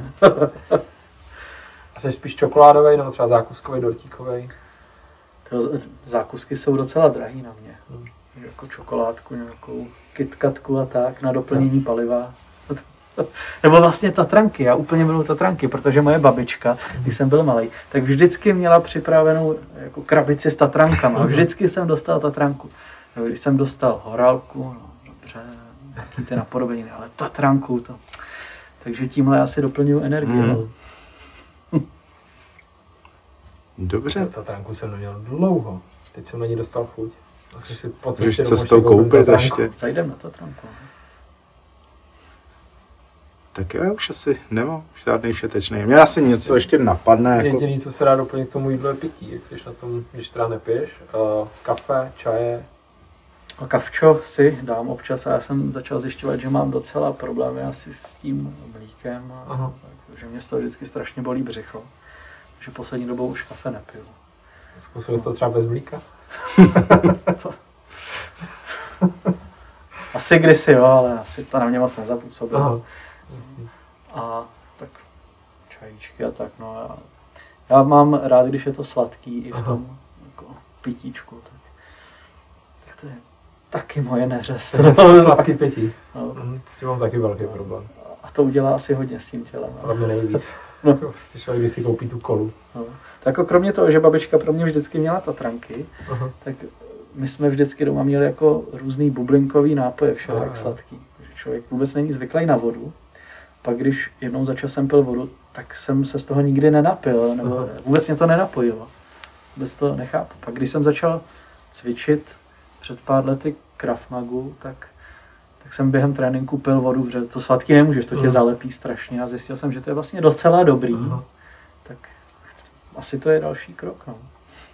A jsi spíš čokoládový nebo třeba zákuskový, dortíkový? Tyjo, z- zákusky jsou docela drahý na mě. Hmm. Jako čokoládku, nějakou KitKatku a tak, na doplnění paliva. Nebo vlastně tatranky, já úplně miluji tatranky, protože moje babička, když jsem byl malý, tak vždycky měla připravenou jako krabici s tatrankama. Vždycky jsem dostal tatranku. No, když jsem dostal horálku, no dobře, taky ty napodobeniny, ale tatranku to. Takže tímhle já si doplňuji energii. Hmm. no. Dobře. Tatranku jsem neměl dlouho. Teď jsem na ní dostal chuť. Asi si po Můžeš cestě cestou domů ještě koupit tatranku. ještě. Zajdem na tatranku. Tak jo, já už asi nemám žádný všetečný. Mě asi něco ještě napadne. Jako... Jediný, co se dá doplnit k tomu jídlu, je pití. Jak jsi na tom, když teda nepiješ. Uh, kafe, čaje. A kavčo si dám občas a já jsem začal zjišťovat, že mám docela problémy asi s tím mlíkem. A Aha. tak, že mě z toho vždycky strašně bolí břicho. Takže poslední dobou už kafe nepiju. Zkusil jsi to třeba bez mlíka? Asi kdysi jo, ale asi to na mě moc nezapůsobilo. Aha. A tak čajíčky a tak no. Já, já mám rád, když je to sladký i v Aha. tom jako, pitíčku. Tak, tak to je taky moje neřest. Takže sladký pití. No. Mhm, s tím mám taky velký problém. A to udělá asi hodně s tím tělem. Ale mě nejvíc. No. Prostě člověk, když si koupí tu kolu. No. Tak jako kromě toho, že babička pro mě vždycky měla tatranky, Aha. tak my jsme vždycky doma měli jako různý bublinkový nápoje, všelijak sladký. Takže člověk vůbec není zvyklý na vodu. Pak když jednou za časem pil vodu, tak jsem se z toho nikdy nenapil, nebo Aha. vůbec mě to nenapojilo. Vůbec to nechápu. Pak když jsem začal cvičit před pár lety Krav Magu, tak, tak jsem během tréninku pil vodu, protože to sladký nemůžeš, to tě mm. zalepí strašně a zjistil jsem, že to je vlastně docela dobrý. Aha. Tak asi to je další krok. No.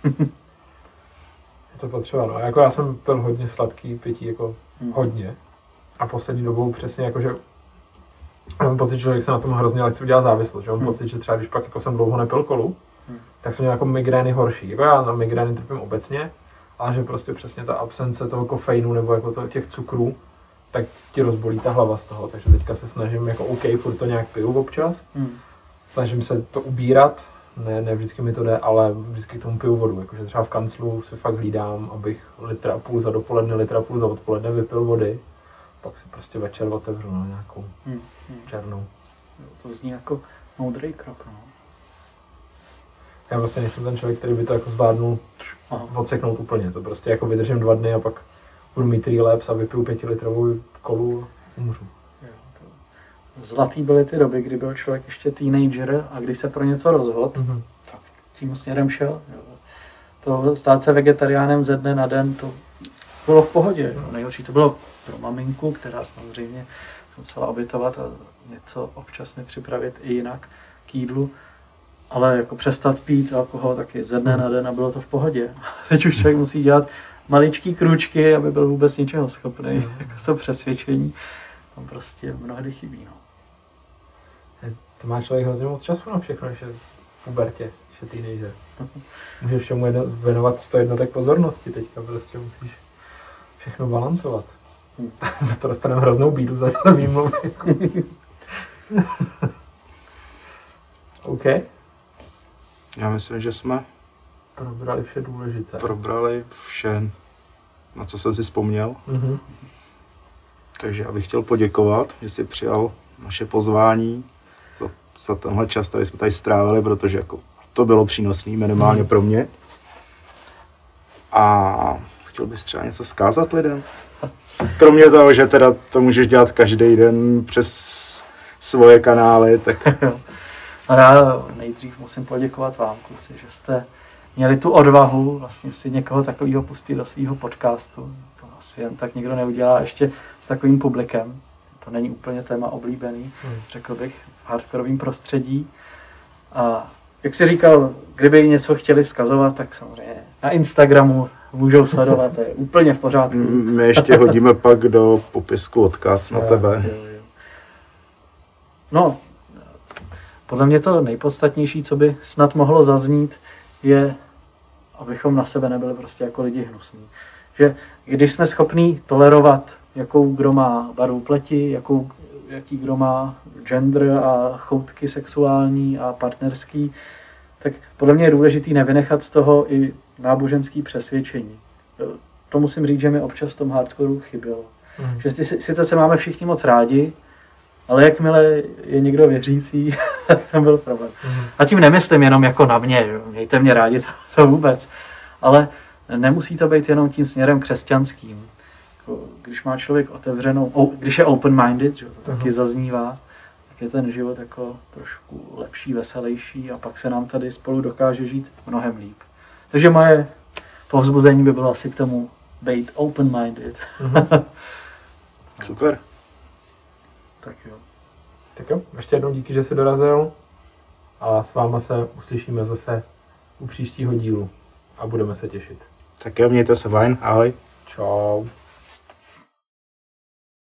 Je to potřeba, no. Jako já jsem pil hodně sladký pití, jako hmm. hodně. A poslední dobou přesně jako, že mám pocit, že člověk se na tom hrozně lehce udělá závislost. Že mám hmm. pocit, že třeba když pak jako jsem dlouho nepil kolu, hmm. tak jsem měl jako migrény horší. Jako já na migrény trpím obecně, ale že prostě přesně ta absence toho kofeinu nebo jako to, těch cukrů, tak ti rozbolí ta hlava z toho. Takže teďka se snažím jako OK, furt to nějak piju občas. Hmm. Snažím se to ubírat. Ne, ne vždycky mi to jde, ale vždycky k tomu piju vodu. Jakože třeba v kanclu si fakt hlídám, abych litr a půl za dopoledne, litr a půl za odpoledne vypil vody. Pak si prostě večer otevřu na nějakou hmm, hmm. černou. To zní jako moudrý krok, no. Já vlastně nejsem ten člověk, který by to jako zvládnul odseknout úplně. To prostě jako vydržím dva dny a pak budu mít relapse a vypiju pětilitrovou kolu a umřu. Zlatý byly ty doby, kdy byl člověk ještě teenager a když se pro něco rozhodl, mm-hmm. tak tím směrem šel. Jo. To stát se vegetariánem ze dne na den, to bylo v pohodě. Jo. Nejhorší to bylo pro maminku, která samozřejmě musela obětovat a něco občas mi připravit i jinak k jídlu. Ale jako přestat pít alkohol taky ze dne mm. na den a bylo to v pohodě. Teď už člověk musí dělat maličký krůčky, aby byl vůbec ničeho schopný. Mm. Jako to přesvědčení tam prostě mnohdy chybí. No. To má člověk hrozně moc času na všechno, že v pubertě, že teenager. Můžeš všemu věnovat sto jednotek pozornosti, teďka prostě musíš všechno balancovat. Hmm. Za to dostaneme hroznou bídu za to výmluvy. OK. Já myslím, že jsme probrali vše důležité. Probrali vše, na co jsem si vzpomněl. Mm-hmm. Takže já bych chtěl poděkovat, že jsi přijal naše pozvání za, za tenhle čas, který jsme tady strávili, protože jako to bylo přínosný, minimálně mm. pro mě. A chtěl bys třeba něco vzkázat lidem? Kromě toho, že teda to můžeš dělat každý den přes svoje kanály, tak... No já nejdřív musím poděkovat vám, kluci, že jste měli tu odvahu vlastně si někoho takového pustit do svého podcastu. To asi jen tak nikdo neudělá ještě s takovým publikem. To není úplně téma oblíbený, hmm. řekl bych, v hardkorovém prostředí. A jak jsi říkal, kdyby něco chtěli vzkazovat, tak samozřejmě na Instagramu můžou sledovat, to je úplně v pořádku. My ještě hodíme pak do popisku odkaz na tebe. Jo, jo. No, podle mě to nejpodstatnější, co by snad mohlo zaznít, je, abychom na sebe nebyli prostě jako lidi hnusní. Že když jsme schopní tolerovat, jakou kdo má barvu pleti, jakou, jaký kdo má gender a choutky sexuální a partnerský, tak podle mě je důležitý nevynechat z toho i náboženský přesvědčení. To musím říct, že mi občas v tom hardcoreu chybělo. Mm. Že sice se máme všichni moc rádi, ale jakmile je někdo věřící, tak tam byl problém. Mm. A tím nemyslím jenom jako na mě, jo. Mějte mě rádi, to, to vůbec. Ale nemusí to být jenom tím směrem křesťanským. Když má člověk otevřenou, když je open-minded, že to taky zaznívá, tak je ten život jako trošku lepší, veselější a pak se nám tady spolu dokáže žít mnohem líp. Takže moje povzbuzení by bylo asi k tomu být open-minded. Mm-hmm. Super. Tak jo. Tak jo, ještě jednou díky, že jsi dorazil a s váma se uslyšíme zase u příštího dílu a budeme se těšit. Tak jo, mějte se fajn, ahoj. Čau.